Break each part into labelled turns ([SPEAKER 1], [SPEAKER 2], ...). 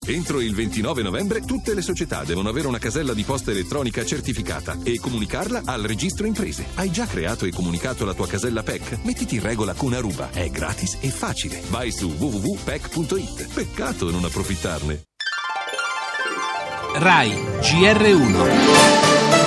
[SPEAKER 1] Entro il 29 novembre tutte le società devono avere una casella di posta elettronica certificata e comunicarla al registro imprese. Hai già creato e comunicato la tua casella PEC? Mettiti in regola con Aruba. È gratis e facile. Vai su www.pec.it. Peccato non approfittarne.
[SPEAKER 2] RAI GR1.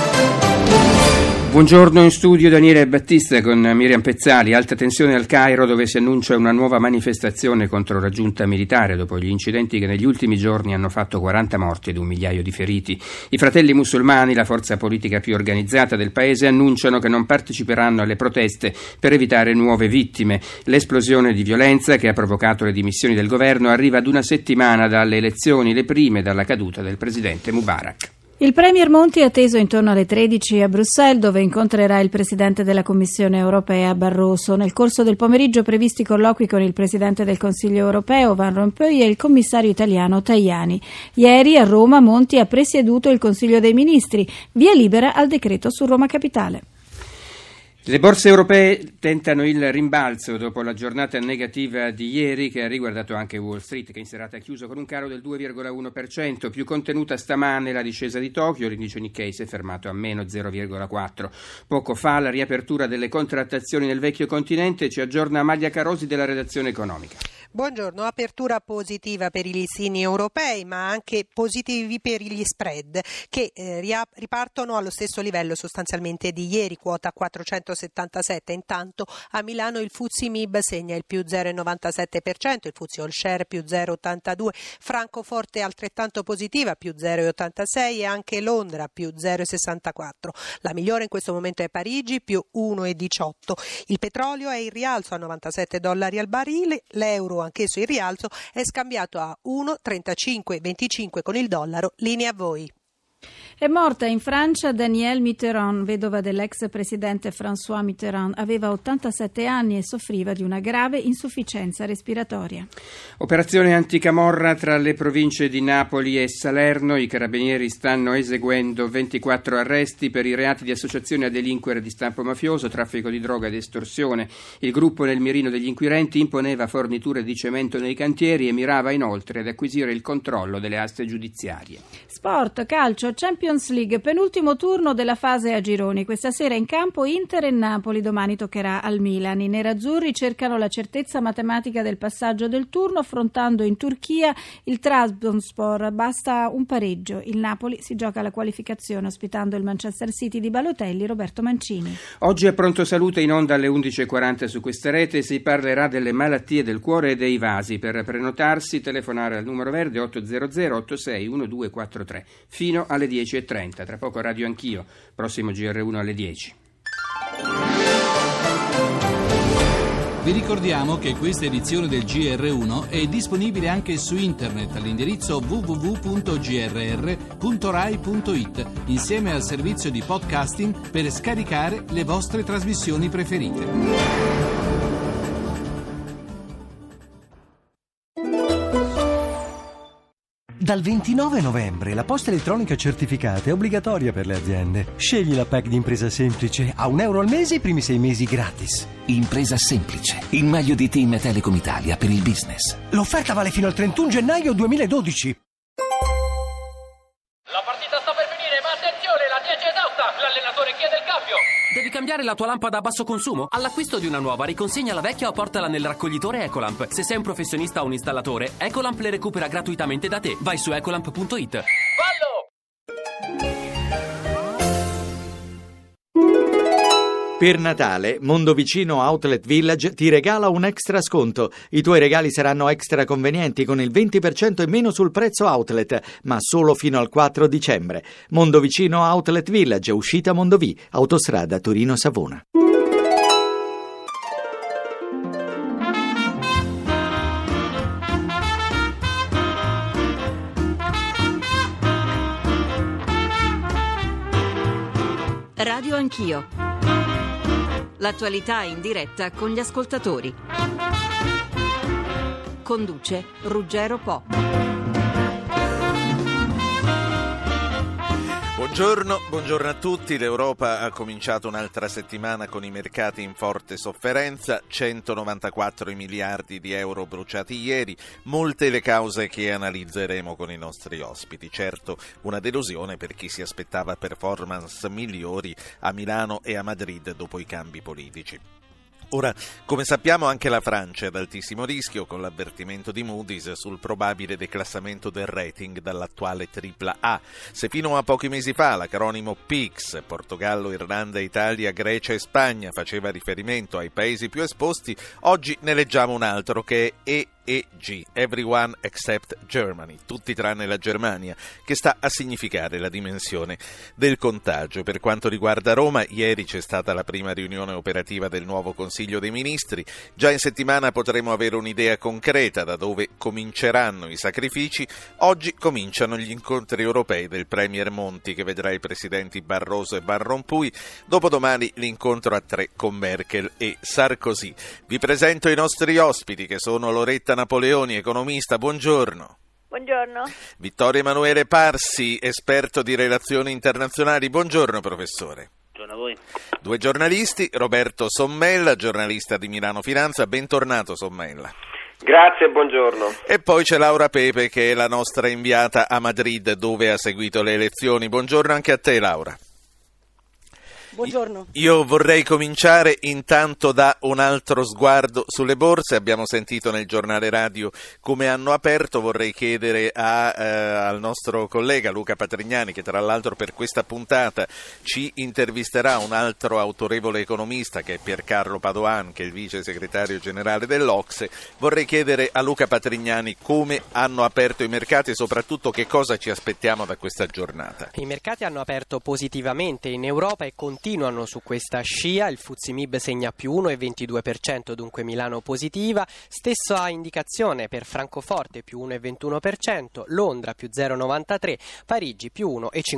[SPEAKER 3] Buongiorno, in studio Daniele Battista con Miriam Pezzali. Alta tensione al Cairo, dove si annuncia una nuova manifestazione contro la giunta militare dopo gli incidenti che negli ultimi giorni hanno fatto 40 morti ed 1 migliaio di feriti. I Fratelli Musulmani, la forza politica più organizzata del paese, annunciano che non parteciperanno alle proteste per evitare nuove vittime. L'esplosione di violenza che ha provocato le dimissioni del governo arriva ad una settimana dalle elezioni, le prime dalla caduta del presidente Mubarak.
[SPEAKER 4] Il Premier Monti è atteso intorno alle 13 a Bruxelles, dove incontrerà il Presidente della Commissione europea Barroso. Nel corso del pomeriggio previsti colloqui con il Presidente del Consiglio europeo Van Rompuy e il commissario italiano Tajani. Ieri a Roma Monti ha presieduto il Consiglio dei Ministri, via libera al decreto su Roma Capitale.
[SPEAKER 3] Le borse europee tentano il rimbalzo dopo la giornata negativa di ieri, che ha riguardato anche Wall Street, che in serata ha chiuso con un calo del 2,1%. Più contenuta stamane la discesa di Tokyo, l'indice Nikkei si è fermato a meno 0,4%. Poco fa la riapertura delle contrattazioni nel vecchio continente. Ci aggiorna Amalia Carosi della redazione economica.
[SPEAKER 5] Buongiorno, apertura positiva per i listini europei, ma anche positivi per gli spread che ripartono allo stesso livello sostanzialmente di ieri, quota 477. Intanto a Milano il FTSE MIB segna il più 0,97%, il FTSE All Share più 0,82%, Francoforte altrettanto positiva più 0,86% e anche Londra più 0,64%. La migliore in questo momento è Parigi più 1,18%. Il petrolio è in rialzo a $97 al barile, l'euro anch'esso in rialzo è scambiato a 1,3525 con il dollaro. Linea a voi.
[SPEAKER 4] È morta in Francia Danielle Mitterrand, vedova dell'ex presidente François Mitterrand. Aveva 87 anni e soffriva di una grave insufficienza respiratoria.
[SPEAKER 3] Operazione anticamorra tra le province di Napoli e Salerno. I carabinieri stanno eseguendo 24 arresti per i reati di associazione a delinquere di stampo mafioso, traffico di droga ed estorsione. Il gruppo nel mirino degli inquirenti imponeva forniture di cemento nei cantieri e mirava inoltre ad acquisire il controllo delle aste giudiziarie.
[SPEAKER 4] Sport, calcio, Champions League, penultimo turno della fase a gironi. Questa sera in campo Inter e Napoli, domani toccherà al Milan. I nerazzurri cercano la certezza matematica del passaggio del turno affrontando in Turchia il Trabzonspor. Basta un pareggio. Il Napoli si gioca la qualificazione ospitando il Manchester City di Balotelli. Roberto Mancini.
[SPEAKER 3] Oggi a Pronto Salute in onda alle 11.40 su questa rete si parlerà delle malattie del cuore e dei vasi. Per prenotarsi telefonare al numero verde 800 86 1243 fino alle 10.30. Tra poco Radio Anch'io, prossimo GR1 alle 10.
[SPEAKER 2] Vi ricordiamo che questa edizione del GR1 è disponibile anche su internet all'indirizzo www.grr.rai.it insieme al servizio di podcasting per scaricare le vostre trasmissioni preferite.
[SPEAKER 6] Dal 29 novembre la posta elettronica certificata è obbligatoria per le aziende. Scegli la PEC di Impresa Semplice, a €1 al mese i primi 6 mesi gratis.
[SPEAKER 7] Impresa Semplice, il meglio di Team Telecom Italia per il business.
[SPEAKER 6] L'offerta vale fino al 31 gennaio 2012.
[SPEAKER 8] La partita sta per finire, ma attenzione, la 10 è esausta. L'allenatore chiede il cambio.
[SPEAKER 9] Devi cambiare la tua lampada a basso consumo? All'acquisto di una nuova, riconsegna la vecchia o portala nel raccoglitore Ecolamp. Se sei un professionista o un installatore, Ecolamp le recupera gratuitamente da te. Vai su ecolamp.it.
[SPEAKER 8] Fallo!
[SPEAKER 10] Per Natale, Mondovicino Outlet Village ti regala un extra sconto. I tuoi regali saranno extra convenienti con il 20% in meno sul prezzo outlet, ma solo fino al 4 dicembre. Mondovicino Outlet Village, uscita Mondovì, autostrada Torino-Savona.
[SPEAKER 11] Radio Anch'io. L'attualità in diretta con gli ascoltatori. Conduce Ruggero Po.
[SPEAKER 12] Buongiorno a tutti. L'Europa ha cominciato un'altra settimana con i mercati in forte sofferenza, 194 miliardi di euro bruciati ieri, molte le cause che analizzeremo con i nostri ospiti. Certo, una delusione per chi si aspettava performance migliori a Milano e a Madrid dopo i cambi politici. Ora, come sappiamo, anche la Francia è ad altissimo rischio, con l'avvertimento di Moody's sul probabile declassamento del rating dall'attuale AAA. Se fino a pochi mesi fa l'acronimo PIGS, Portogallo, Irlanda, Italia, Grecia e Spagna, faceva riferimento ai paesi più esposti, oggi ne leggiamo un altro che è EG, Everyone Except Germany, tutti tranne la Germania, che sta a significare la dimensione del contagio. Per quanto riguarda Roma, ieri c'è stata la prima riunione operativa del nuovo Consiglio dei Ministri. Già in settimana potremo avere un'idea concreta da dove cominceranno i sacrifici. Oggi cominciano gli incontri europei del Premier Monti, che vedrà i presidenti Barroso e Van Rompuy. Dopodomani l'incontro a 3 con Merkel e Sarkozy. Vi presento i nostri ospiti, che sono Loretta Napoleoni, economista, buongiorno.
[SPEAKER 13] Buongiorno.
[SPEAKER 12] Vittorio Emanuele Parsi, esperto di relazioni internazionali, buongiorno professore.
[SPEAKER 14] Buongiorno a voi.
[SPEAKER 12] 2 giornalisti, Roberto Sommella, giornalista di Milano Finanza, bentornato Sommella.
[SPEAKER 15] Grazie e buongiorno.
[SPEAKER 12] E poi c'è Laura Pepe, che è la nostra inviata a Madrid, dove ha seguito le elezioni. Buongiorno anche a te, Laura.
[SPEAKER 16] Buongiorno.
[SPEAKER 12] Io vorrei cominciare intanto da un altro sguardo sulle borse. Abbiamo sentito nel giornale radio come hanno aperto. Vorrei chiedere al nostro collega Luca Patrignani, che tra l'altro per questa puntata ci intervisterà un altro autorevole economista, che è Piercarlo Padoan, che è il vice segretario generale dell'Ocse. Vorrei chiedere a Luca Patrignani come hanno aperto i mercati e soprattutto che cosa ci aspettiamo da questa giornata.
[SPEAKER 17] I mercati hanno aperto positivamente in Europa e continuano su questa scia. Il FTSE MIB segna più 1,22%, dunque Milano positiva. Stessa indicazione per Francoforte, più 1,21%, Londra più 0,93%, Parigi più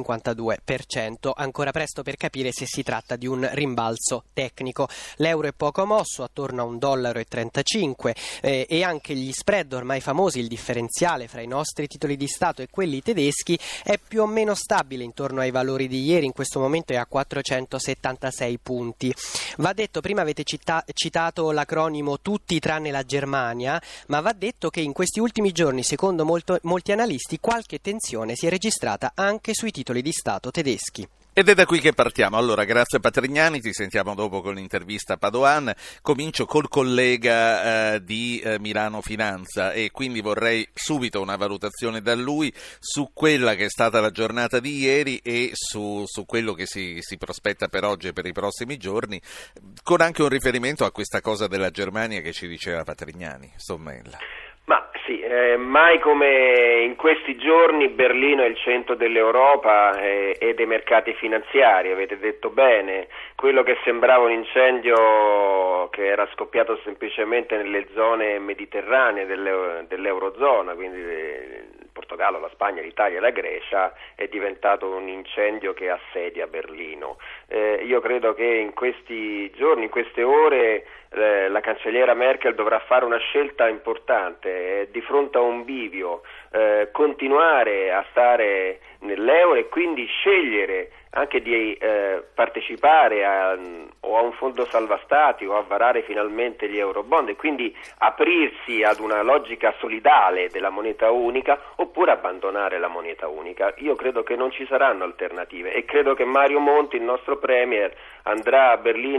[SPEAKER 17] 1,52%. Ancora presto per capire se si tratta di un rimbalzo tecnico. L'euro è poco mosso, attorno a $1,35 e anche gli spread ormai famosi, il differenziale fra i nostri titoli di Stato e quelli tedeschi, è più o meno stabile intorno ai valori di ieri. In questo momento è a 476 punti. Va detto, prima avete citato l'acronimo tutti tranne la Germania, ma va detto che in questi ultimi giorni, secondo molti analisti, qualche tensione si è registrata anche sui titoli di Stato tedeschi.
[SPEAKER 12] Ed è da qui che partiamo. Allora, grazie Patrignani, ti sentiamo dopo con l'intervista a Padoan. Comincio col collega di Milano Finanza e quindi vorrei subito una valutazione da lui su quella che è stata la giornata di ieri e su quello che si prospetta per oggi e per i prossimi giorni, con anche un riferimento a questa cosa della Germania che ci diceva Patrignani. Sommella.
[SPEAKER 15] Ma sì, mai come in questi giorni Berlino è il centro dell'Europa e dei mercati finanziari, avete detto bene. Quello che sembrava un incendio che era scoppiato semplicemente nelle zone mediterranee dell'Eurozona, quindi il Portogallo, la Spagna, l'Italia e la Grecia, è diventato un incendio che assedia Berlino. Io credo che in questi giorni, in queste ore, la cancelliera Merkel dovrà fare una scelta importante, di fronte a un bivio, continuare a stare nell'euro e quindi scegliere anche di partecipare a un fondo salva stati o a varare finalmente gli eurobond e quindi aprirsi ad una logica solidale della moneta unica, oppure abbandonare la moneta unica. Io credo che non ci saranno alternative e credo che Mario Monti, il nostro premier, andrà a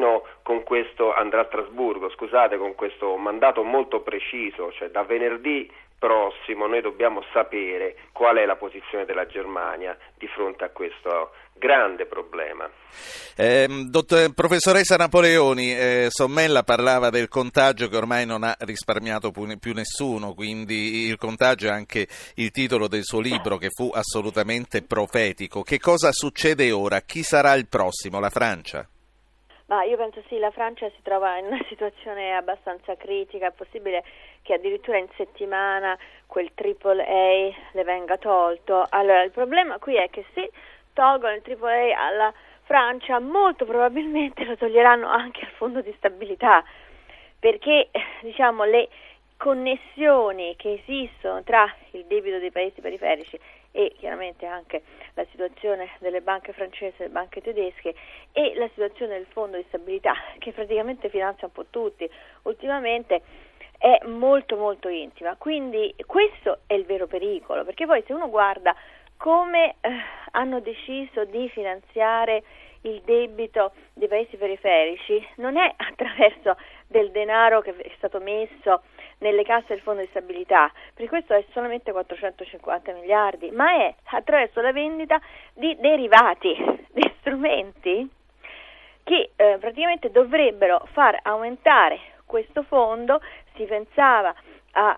[SPEAKER 15] Strasburgo, con questo mandato molto preciso, cioè da venerdì prossimo noi dobbiamo sapere qual è la posizione della Germania di fronte a questo grande problema.
[SPEAKER 12] Professoressa Napoleoni, Sommella parlava del contagio che ormai non ha risparmiato più nessuno, quindi il contagio è anche il titolo del suo libro, che fu assolutamente profetico. Che cosa succede ora? Chi sarà il prossimo? La Francia?
[SPEAKER 13] Io penso sì, la Francia si trova in una situazione abbastanza critica. È possibile che addirittura in settimana quel AAA le venga tolto. Allora, il problema qui è che se tolgono il AAA alla Francia, molto probabilmente lo toglieranno anche al fondo di stabilità, perché connessioni che esistono tra il debito dei paesi periferici e chiaramente anche la situazione delle banche francesi e delle banche tedesche e la situazione del fondo di stabilità, che praticamente finanzia un po' tutti ultimamente, è molto molto intima. Quindi questo è il vero pericolo, perché poi se uno guarda come hanno deciso di finanziare il debito dei paesi periferici, non è attraverso del denaro che è stato messo nelle casse del fondo di stabilità, per questo è solamente 450 miliardi, ma è attraverso la vendita di derivati, di strumenti che praticamente dovrebbero far aumentare questo fondo. Si pensava a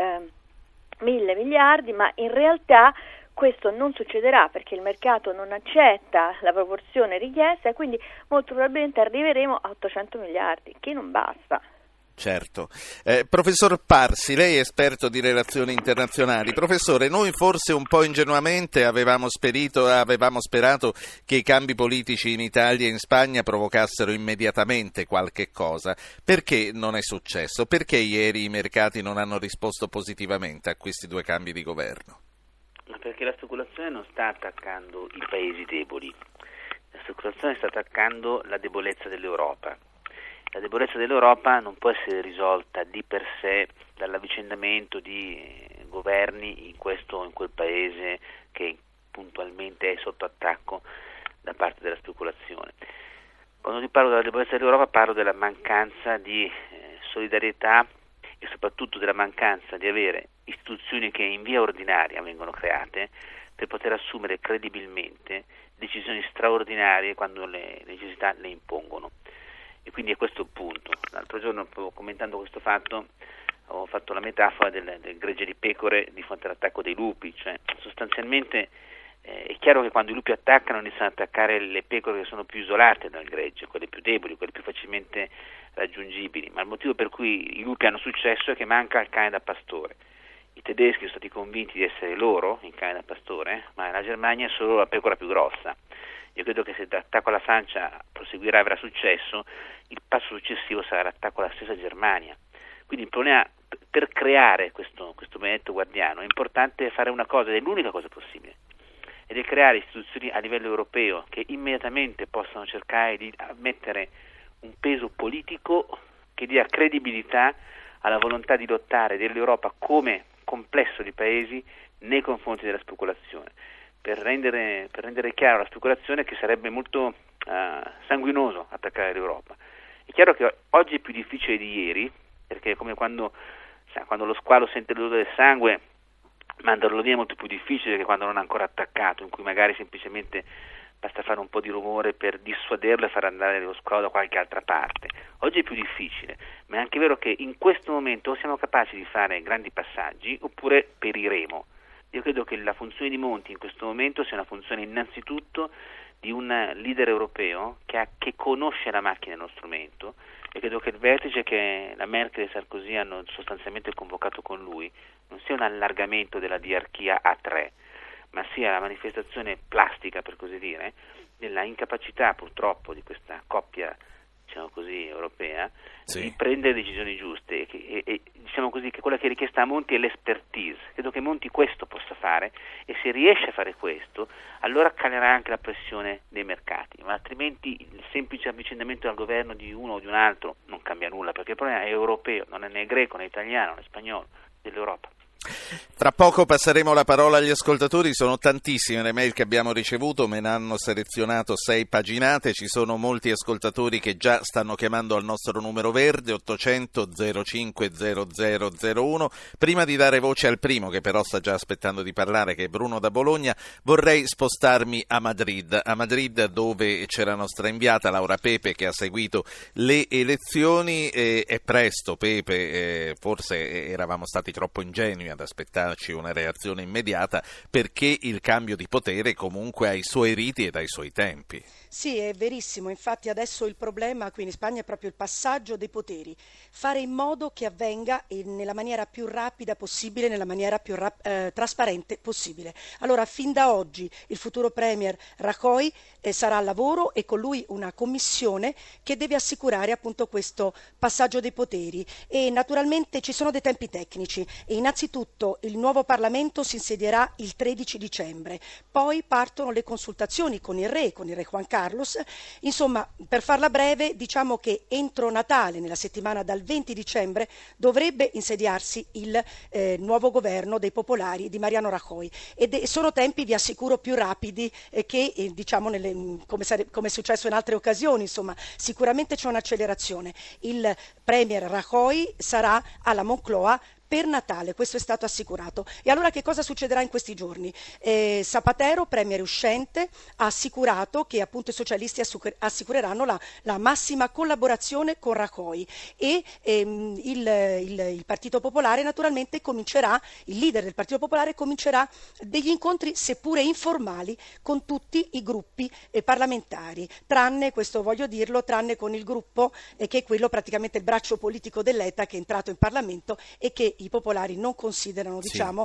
[SPEAKER 13] 1.000 miliardi, ma in realtà questo non succederà perché il mercato non accetta la proporzione richiesta e quindi molto probabilmente arriveremo a 800 miliardi, che non basta.
[SPEAKER 12] Certo. Professor Parsi, lei è esperto di relazioni internazionali. Professore, noi forse un po' ingenuamente avevamo sperato che i cambi politici in Italia e in Spagna provocassero immediatamente qualche cosa. Perché non è successo? Perché ieri i mercati non hanno risposto positivamente a questi due cambi di governo?
[SPEAKER 14] Perché la speculazione non sta attaccando i paesi deboli, la speculazione sta attaccando la debolezza dell'Europa. La debolezza dell'Europa non può essere risolta di per sé dall'avvicendamento di governi in questo o in quel paese che puntualmente è sotto attacco da parte della speculazione. Quando ti parlo della debolezza dell'Europa parlo della mancanza di solidarietà e soprattutto della mancanza di avere istituzioni che in via ordinaria vengono create per poter assumere credibilmente decisioni straordinarie quando le necessità le impongono. E quindi è questo il punto. L'altro giorno, commentando questo fatto, ho fatto la metafora del gregge di pecore di fronte all'attacco dei lupi, cioè sostanzialmente è chiaro che quando i lupi attaccano iniziano ad attaccare le pecore che sono più isolate dal gregge, quelle più deboli, quelle più facilmente raggiungibili, ma il motivo per cui i lupi hanno successo è che manca il cane da pastore. I tedeschi sono stati convinti di essere loro il cane da pastore, ma la Germania è solo la pecora più grossa. Io credo che se l'attacco alla Francia proseguirà e avrà successo, il passo successivo sarà l'attacco alla stessa Germania. Quindi il problema, per creare questo benedetto guardiano, è importante fare una cosa, ed è l'unica cosa possibile, ed è creare istituzioni a livello europeo che immediatamente possano cercare di mettere un peso politico che dia credibilità alla volontà di lottare dell'Europa come complesso di paesi nei confronti della speculazione. Per rendere chiaro la speculazione che sarebbe molto sanguinoso attaccare l'Europa. È chiaro che oggi è più difficile di ieri, perché è come quando lo squalo sente l'odore del sangue, mandarlo via è molto più difficile che quando non ha ancora attaccato, in cui magari semplicemente basta fare un po' di rumore per dissuaderlo e far andare lo squalo da qualche altra parte. Oggi è più difficile, ma è anche vero che in questo momento o siamo capaci di fare grandi passaggi oppure periremo. Io credo che la funzione di Monti in questo momento sia una funzione innanzitutto di un leader europeo che conosce la macchina e lo strumento, e credo che il vertice che la Merkel e Sarkozy hanno sostanzialmente convocato con lui non sia un allargamento della diarchia a tre, ma sia la manifestazione plastica, per così dire, della incapacità purtroppo di questa coppia, diciamo così, europea, di prendere decisioni giuste e diciamo così che quella che è richiesta a Monti è l'expertise. Credo che Monti questo possa fare, e se riesce a fare questo allora calerà anche la pressione dei mercati, ma altrimenti il semplice avvicendamento al governo di uno o di un altro non cambia nulla, perché il problema è europeo, non è né greco né italiano né spagnolo, dell'Europa.
[SPEAKER 12] Tra poco passeremo la parola agli ascoltatori, sono tantissime le mail che abbiamo ricevuto, me ne hanno selezionato 6 paginate, ci sono molti ascoltatori che già stanno chiamando al nostro numero verde 800 05 0001. Prima di dare voce al primo, che però sta già aspettando di parlare, che è Bruno da Bologna, vorrei spostarmi a Madrid dove c'è la nostra inviata Laura Pepe che ha seguito le elezioni. È presto, Pepe, forse eravamo stati troppo ingenui ad aspettarci una reazione immediata, perché il cambio di potere comunque ha i suoi riti ed ha i suoi tempi.
[SPEAKER 16] Sì, è verissimo, infatti adesso il problema qui in Spagna è proprio il passaggio dei poteri, fare in modo che avvenga nella maniera più rapida possibile, nella maniera più trasparente possibile. Allora, fin da oggi il futuro Premier Rajoy sarà al lavoro e con lui una commissione che deve assicurare appunto questo passaggio dei poteri e naturalmente ci sono dei tempi tecnici e innanzitutto il nuovo Parlamento si insedierà il 13 dicembre, poi partono le consultazioni con il re Juan Carlos, insomma per farla breve diciamo che entro Natale, nella settimana dal 20 dicembre, dovrebbe insediarsi il nuovo governo dei popolari di Mariano Rajoy e sono tempi, vi assicuro, più rapidi che diciamo come è successo in altre occasioni, insomma sicuramente c'è un'accelerazione. Il Premier Rajoy sarà alla Moncloa per Natale, questo è stato assicurato. E allora che cosa succederà in questi giorni? Zapatero, premier uscente, ha assicurato che appunto i socialisti assicureranno la massima collaborazione con Rajoy e il Partito Popolare naturalmente comincerà, il leader del Partito Popolare comincerà degli incontri seppure informali con tutti i gruppi parlamentari, tranne, questo voglio dirlo, tranne con il gruppo che è quello praticamente il braccio politico dell'ETA che è entrato in Parlamento e che i popolari non considerano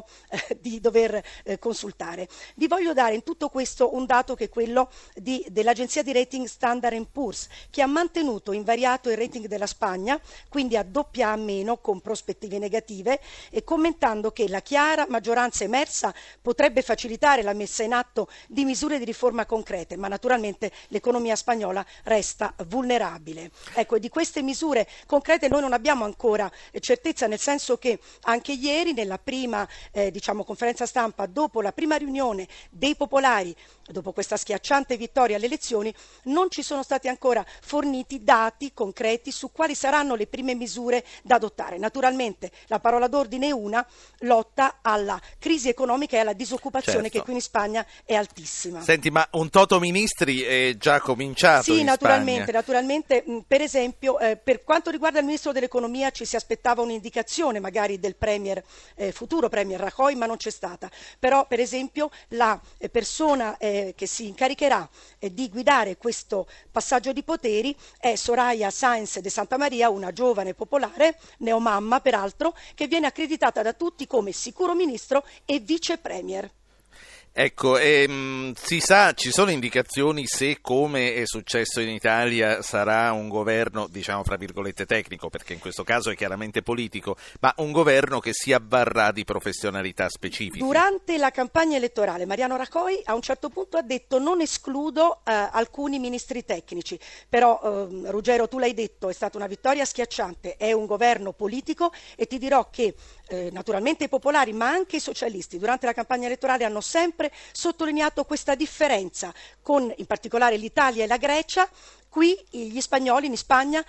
[SPEAKER 16] di dover consultare. Vi voglio dare in tutto questo un dato che è quello dell'agenzia di rating Standard & Poor's, che ha mantenuto invariato il rating della Spagna, quindi a AA- con prospettive negative, e commentando che la chiara maggioranza emersa potrebbe facilitare la messa in atto di misure di riforma concrete, ma naturalmente l'economia spagnola resta vulnerabile. Ecco, e di queste misure concrete noi non abbiamo ancora certezza, nel senso che anche ieri nella prima conferenza stampa dopo la prima riunione dei popolari, dopo questa schiacciante vittoria alle elezioni, non ci sono stati ancora forniti dati concreti su quali saranno le prime misure da adottare. Naturalmente la parola d'ordine è una: lotta alla crisi economica e alla disoccupazione, che qui in Spagna è altissima.
[SPEAKER 12] Senti, ma un toto ministri è già cominciato
[SPEAKER 16] Sì,
[SPEAKER 12] in
[SPEAKER 16] naturalmente, per esempio per quanto riguarda il ministro dell'economia ci si aspettava un'indicazione magari del futuro premier Rajoy, ma non c'è stata. Però per esempio la persona che si incaricherà di guidare questo passaggio di poteri è Soraya Sáenz de Santamaría, una giovane popolare, neomamma peraltro, che viene accreditata da tutti come sicuro ministro e vice premier.
[SPEAKER 12] Ecco, si sa, ci sono indicazioni se, come è successo in Italia, sarà un governo, diciamo fra virgolette tecnico, perché in questo caso è chiaramente politico, ma un governo che si avvarrà di professionalità specifiche.
[SPEAKER 16] Durante la campagna elettorale Mariano Rajoy a un certo punto ha detto: non escludo alcuni ministri tecnici, però Ruggero, tu l'hai detto, è stata una vittoria schiacciante, è un governo politico e ti dirò che naturalmente i popolari ma anche i socialisti durante la campagna elettorale hanno sempre sottolineato questa differenza con in particolare l'Italia e la Grecia. Qui gli spagnoli in Spagna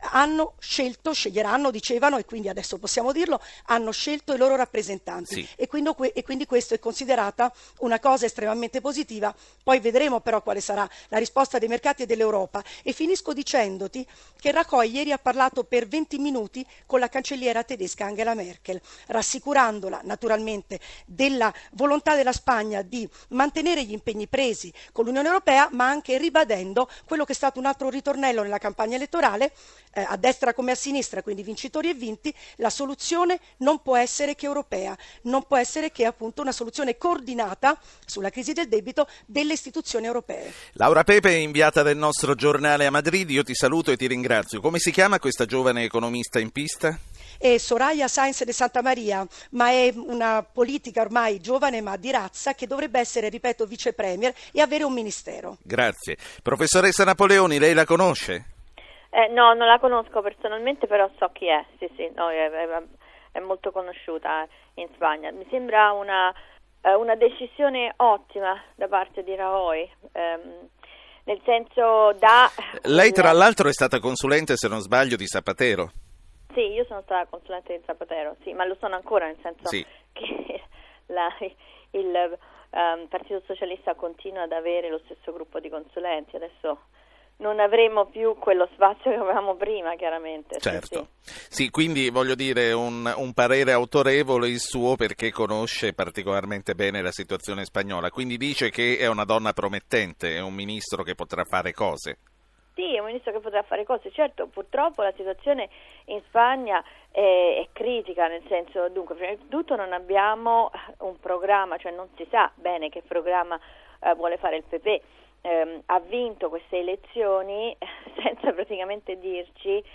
[SPEAKER 16] sceglieranno, dicevano, e quindi adesso possiamo dirlo, hanno scelto i loro rappresentanti, sì. e quindi questo è considerata una cosa estremamente positiva. Poi vedremo però quale sarà la risposta dei mercati e dell'Europa. E finisco dicendoti che Rajoy ieri ha parlato per 20 minuti con la cancelliera tedesca Angela Merkel, rassicurandola naturalmente della volontà della Spagna di mantenere gli impegni presi con l'Unione Europea, ma anche ribadendo quello che è stato un altro ritornello nella campagna elettorale, a destra come a sinistra, quindi vincitori e vinti: la soluzione non può essere che europea, non può essere che appunto una soluzione coordinata sulla crisi del debito delle istituzioni europee.
[SPEAKER 12] Laura Pepe, inviata del nostro giornale a Madrid, io ti saluto e ti ringrazio. Come si chiama questa giovane economista in pista?
[SPEAKER 16] È Soraya Sáenz de Santamaría, ma è una politica ormai giovane ma di razza, che dovrebbe essere, ripeto, vice premier e avere un ministero.
[SPEAKER 12] Grazie. Professoressa Napoleoni, lei la conosce?
[SPEAKER 13] No, non la conosco personalmente, però so chi è. Sì, no, è molto conosciuta in Spagna. Mi sembra una decisione ottima da parte di Rajoy. Nel senso
[SPEAKER 12] Lei tra l'altro è stata consulente, se non sbaglio, di Zapatero.
[SPEAKER 13] Sì, io sono stata consulente di Zapatero, sì, ma lo sono ancora, nel senso che il Partito Socialista continua ad avere lo stesso gruppo di consulenti. Adesso non avremo più quello spazio che avevamo prima, chiaramente.
[SPEAKER 12] Certo. Sì, quindi voglio dire un parere autorevole il suo, perché conosce particolarmente bene la situazione spagnola, quindi dice che è una donna promettente, è un ministro che potrà fare cose.
[SPEAKER 13] Sì, è un ministro che potrà fare cose. Certo, purtroppo la situazione in Spagna è critica, nel senso, dunque, prima di tutto non abbiamo un programma, cioè non si sa bene che programma vuole fare il PP. Ha vinto queste elezioni senza praticamente dirci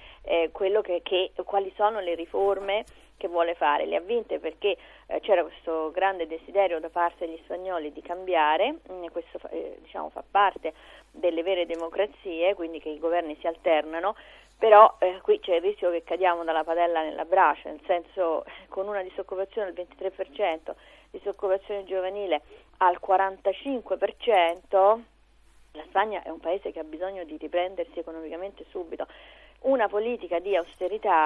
[SPEAKER 13] quali sono le riforme che vuole fare. Le ha vinte perché c'era questo grande desiderio da parte degli spagnoli di cambiare, questo fa parte delle vere democrazie, quindi che i governi si alternano, però qui c'è il rischio che cadiamo dalla padella nella brace, nel senso, con una disoccupazione del 23%, disoccupazione giovanile al 45%, la Spagna è un paese che ha bisogno di riprendersi economicamente subito. Una politica di austerità,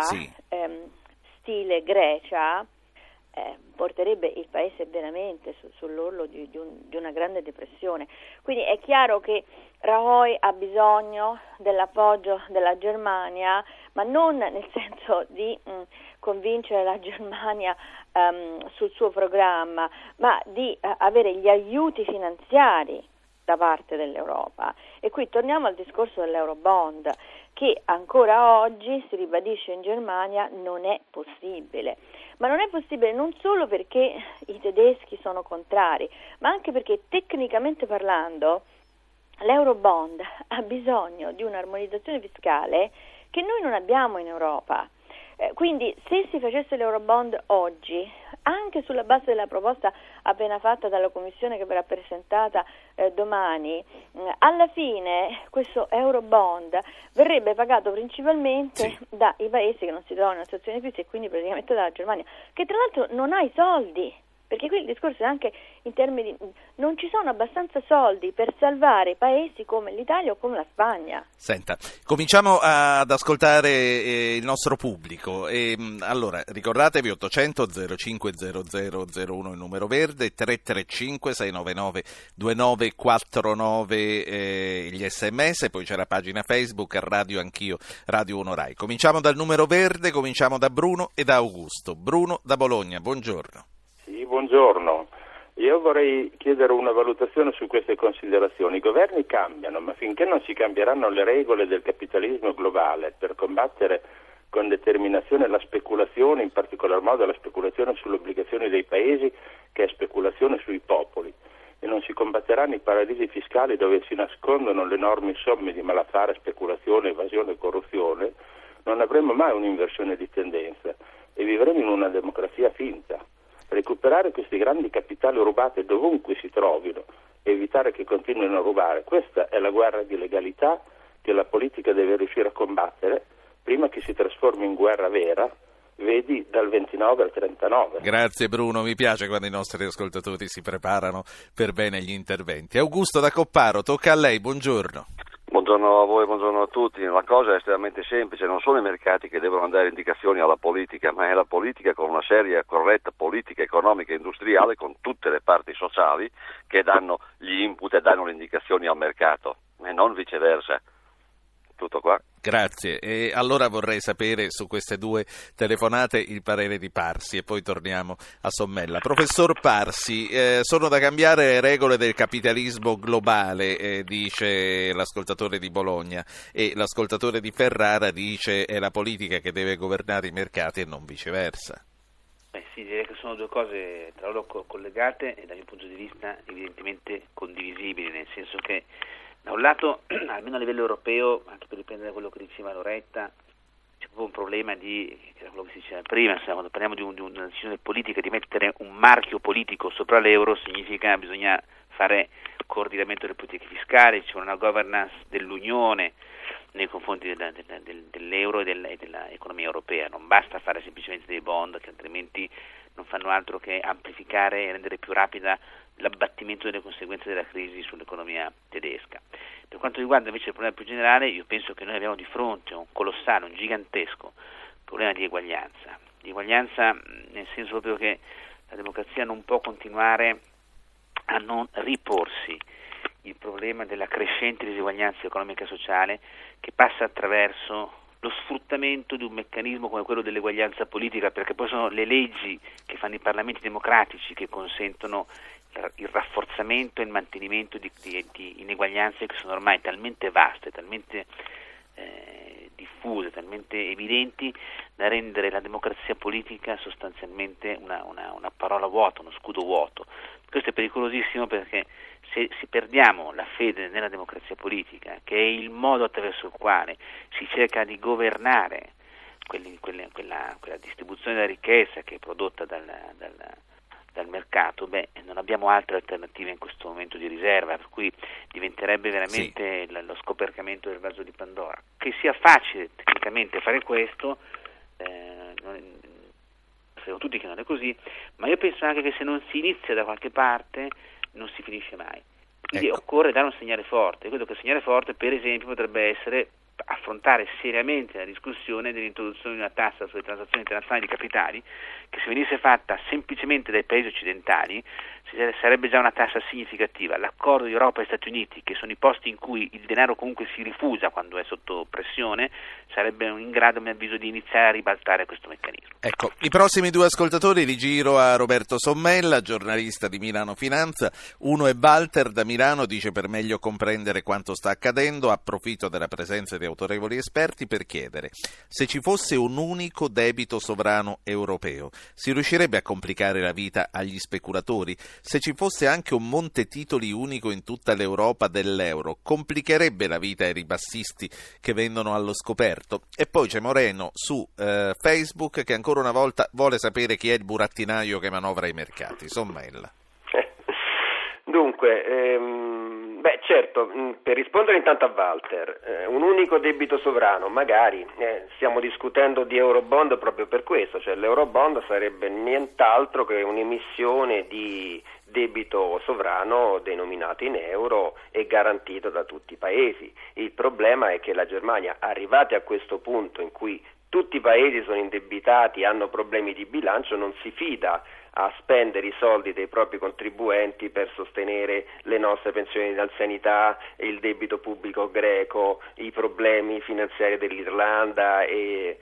[SPEAKER 13] stile Grecia, porterebbe il paese veramente sull'orlo di una grande depressione. Quindi è chiaro che Rajoy ha bisogno dell'appoggio della Germania, ma non nel senso di convincere la Germania sul suo programma, ma di avere gli aiuti finanziari da parte dell'Europa. E qui torniamo al discorso dell'Eurobond, che ancora oggi, si ribadisce in Germania, non è possibile. Ma non è possibile non solo perché i tedeschi sono contrari, ma anche perché tecnicamente parlando l'Eurobond ha bisogno di un'armonizzazione fiscale che noi non abbiamo in Europa. Quindi se si facesse l'Eurobond oggi, anche sulla base della proposta appena fatta dalla Commissione che verrà presentata domani, alla fine questo Eurobond verrebbe pagato principalmente dai paesi che non si trovano in una situazione di crisi, e quindi praticamente dalla Germania, che tra l'altro non ha i soldi. Perché qui il discorso è anche in termini non ci sono abbastanza soldi per salvare paesi come l'Italia o come la Spagna.
[SPEAKER 12] Senta, cominciamo ad ascoltare il nostro pubblico. Allora, ricordatevi 800 05 0001 il numero verde, 335 699 2949 gli sms, poi c'è la pagina Facebook Radio Anch'io, Radio 1 Rai. Cominciamo dal numero verde, cominciamo da Bruno e da Augusto. Bruno da Bologna, buongiorno.
[SPEAKER 18] Sì, buongiorno. Io vorrei chiedere una valutazione su queste considerazioni. I governi cambiano, ma finché non si cambieranno le regole del capitalismo globale per combattere con determinazione la speculazione, in particolar modo la speculazione sulle obbligazioni dei paesi, che è speculazione sui popoli, e non si combatteranno i paradisi fiscali dove si nascondono le enormi somme di malaffare, speculazione, evasione e corruzione, non avremo mai un'inversione di tendenza e vivremo in una democrazia finta. Recuperare questi grandi capitali rubati dovunque si trovino e evitare che continuino a rubare, questa è la guerra di legalità che la politica deve riuscire a combattere prima che si trasformi in guerra vera, vedi dal 29 al 39.
[SPEAKER 12] Grazie Bruno, mi piace quando i nostri ascoltatori si preparano per bene gli interventi. Augusto da Copparo, tocca a lei, buongiorno.
[SPEAKER 19] Buongiorno a voi, buongiorno a tutti. La cosa è estremamente semplice, non sono i mercati che devono dare indicazioni alla politica, ma è la politica con una seria e corretta politica economica e industriale, con tutte le parti sociali che danno gli input e danno le indicazioni al mercato, e non viceversa. Tutto qua.
[SPEAKER 12] Grazie. E allora vorrei sapere su queste due telefonate il parere di Parsi e poi torniamo a Sommella. Professor Parsi, sono da cambiare le regole del capitalismo globale, dice l'ascoltatore di Bologna, e l'ascoltatore di Ferrara dice è la politica che deve governare i mercati e non viceversa.
[SPEAKER 14] Sì, direi che sono due cose tra loro collegate e dal mio punto di vista evidentemente condivisibili, nel senso che da un lato, almeno a livello europeo, anche per riprendere da quello che diceva Loretta, c'è proprio un problema che era quello che si diceva prima, quando parliamo di una decisione politica, di mettere un marchio politico sopra l'euro, significa bisogna fare coordinamento delle politiche fiscali, c'è una governance dell'Unione nei confronti dell'euro e dell'economia europea. Non basta fare semplicemente dei bond che altrimenti non fanno altro che amplificare e rendere più rapida l'abbattimento delle conseguenze della crisi sull'economia tedesca. Per quanto riguarda invece il problema più generale, io penso che noi abbiamo di fronte un colossale, un gigantesco problema di eguaglianza nel senso proprio che la democrazia non può continuare a non riporsi il problema della crescente diseguaglianza economica e sociale, che passa attraverso lo sfruttamento di un meccanismo come quello dell'eguaglianza politica, perché poi sono le leggi che fanno i parlamenti democratici che consentono il rafforzamento e il mantenimento di ineguaglianze che sono ormai talmente vaste, talmente diffuse, talmente evidenti da rendere la democrazia politica sostanzialmente una parola vuota, uno scudo vuoto. Questo è pericolosissimo, perché se perdiamo la fede nella democrazia politica, che è il modo attraverso il quale si cerca di governare quella distribuzione della ricchezza che è prodotta dal mercato, non abbiamo altre alternative in questo momento di riserva, per cui diventerebbe veramente lo scoperchiamento del vaso di Pandora. Che sia facile tecnicamente fare questo, sappiamo tutti che non è così, ma io penso anche che se non si inizia da qualche parte non si finisce mai. Quindi occorre dare un segnale forte. Io credo che il segnale forte, per esempio, potrebbe essere affrontare seriamente la discussione dell'introduzione di una tassa sulle transazioni internazionali di capitali, che se venisse fatta semplicemente dai paesi occidentali sarebbe già una tassa significativa. L'accordo di Europa e Stati Uniti, che sono i posti in cui il denaro comunque si rifugia quando è sotto pressione, sarebbe in grado, a mio avviso, di iniziare a ribaltare questo meccanismo.
[SPEAKER 12] Ecco, i prossimi due ascoltatori li giro a Roberto Sommella, giornalista di Milano Finanza. Uno è Walter da Milano, dice: per meglio comprendere quanto sta accadendo, approfitto della presenza di autorevoli esperti per chiedere: se ci fosse un unico debito sovrano europeo, si riuscirebbe a complicare la vita agli speculatori? Se ci fosse anche un monte titoli unico in tutta l'Europa dell'euro, complicherebbe la vita ai ribassisti che vendono allo scoperto? E poi c'è Moreno su Facebook, che ancora una volta vuole sapere chi è il burattinaio che manovra i mercati. Sommella.
[SPEAKER 15] Dunque, certo, per rispondere intanto a Walter, un unico debito sovrano, magari, stiamo discutendo di Eurobond proprio per questo, cioè l'Eurobond sarebbe nient'altro che un'emissione di debito sovrano denominato in euro e garantito da tutti i paesi. Il problema è che la Germania, arrivati a questo punto in cui tutti i paesi sono indebitati, hanno problemi di bilancio, non si fida a spendere i soldi dei propri contribuenti per sostenere le nostre pensioni di anzianità, il debito pubblico greco, i problemi finanziari dell'Irlanda e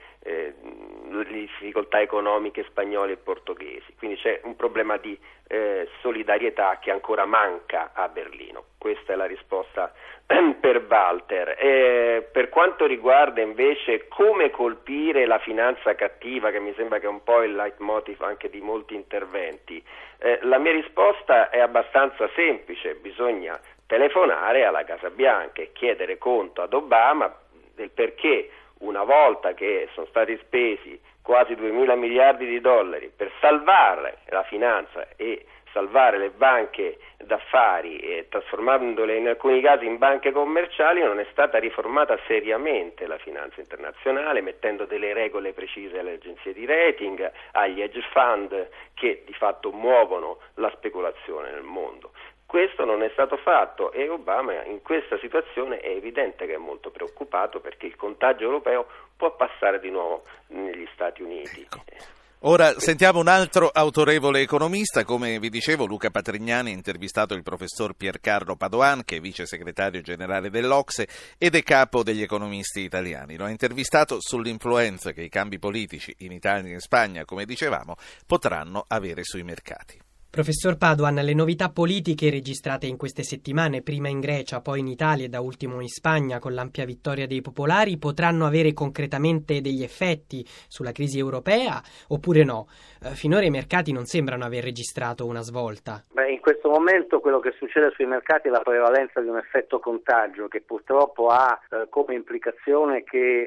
[SPEAKER 15] le difficoltà economiche spagnole e portoghesi. Quindi c'è un problema di solidarietà che ancora manca a Berlino. Questa è la risposta per Walter. Per quanto riguarda invece come colpire la finanza cattiva, che mi sembra che è un po' il leitmotiv anche di molti interventi, la mia risposta è abbastanza semplice: bisogna telefonare alla Casa Bianca e chiedere conto ad Obama del perché, una volta che sono stati spesi quasi 2.000 miliardi di dollari per salvare la finanza e salvare le banche d'affari e trasformandole in alcuni casi in banche commerciali, non è stata riformata seriamente la finanza internazionale, mettendo delle regole precise alle agenzie di rating, agli hedge fund che di fatto muovono la speculazione nel mondo. Questo non è stato fatto e Obama in questa situazione è evidente che è molto preoccupato, perché il contagio europeo può passare di nuovo negli Stati Uniti.
[SPEAKER 12] Ecco. Ora sentiamo un altro autorevole economista. Come vi dicevo, Luca Patrignani ha intervistato il professor Piercarlo Padoan, che è vice segretario generale dell'Ocse ed è capo degli economisti italiani. Lo ha intervistato sull'influenza che i cambi politici in Italia e in Spagna, come dicevamo, potranno avere sui mercati.
[SPEAKER 17] Professor Padoan, le novità politiche registrate in queste settimane, prima in Grecia, poi in Italia e da ultimo in Spagna con l'ampia vittoria dei popolari, potranno avere concretamente degli effetti sulla crisi europea oppure no? Finora i mercati non sembrano aver registrato una svolta.
[SPEAKER 20] In questo momento quello che succede sui mercati è la prevalenza di un effetto contagio che purtroppo ha come implicazione che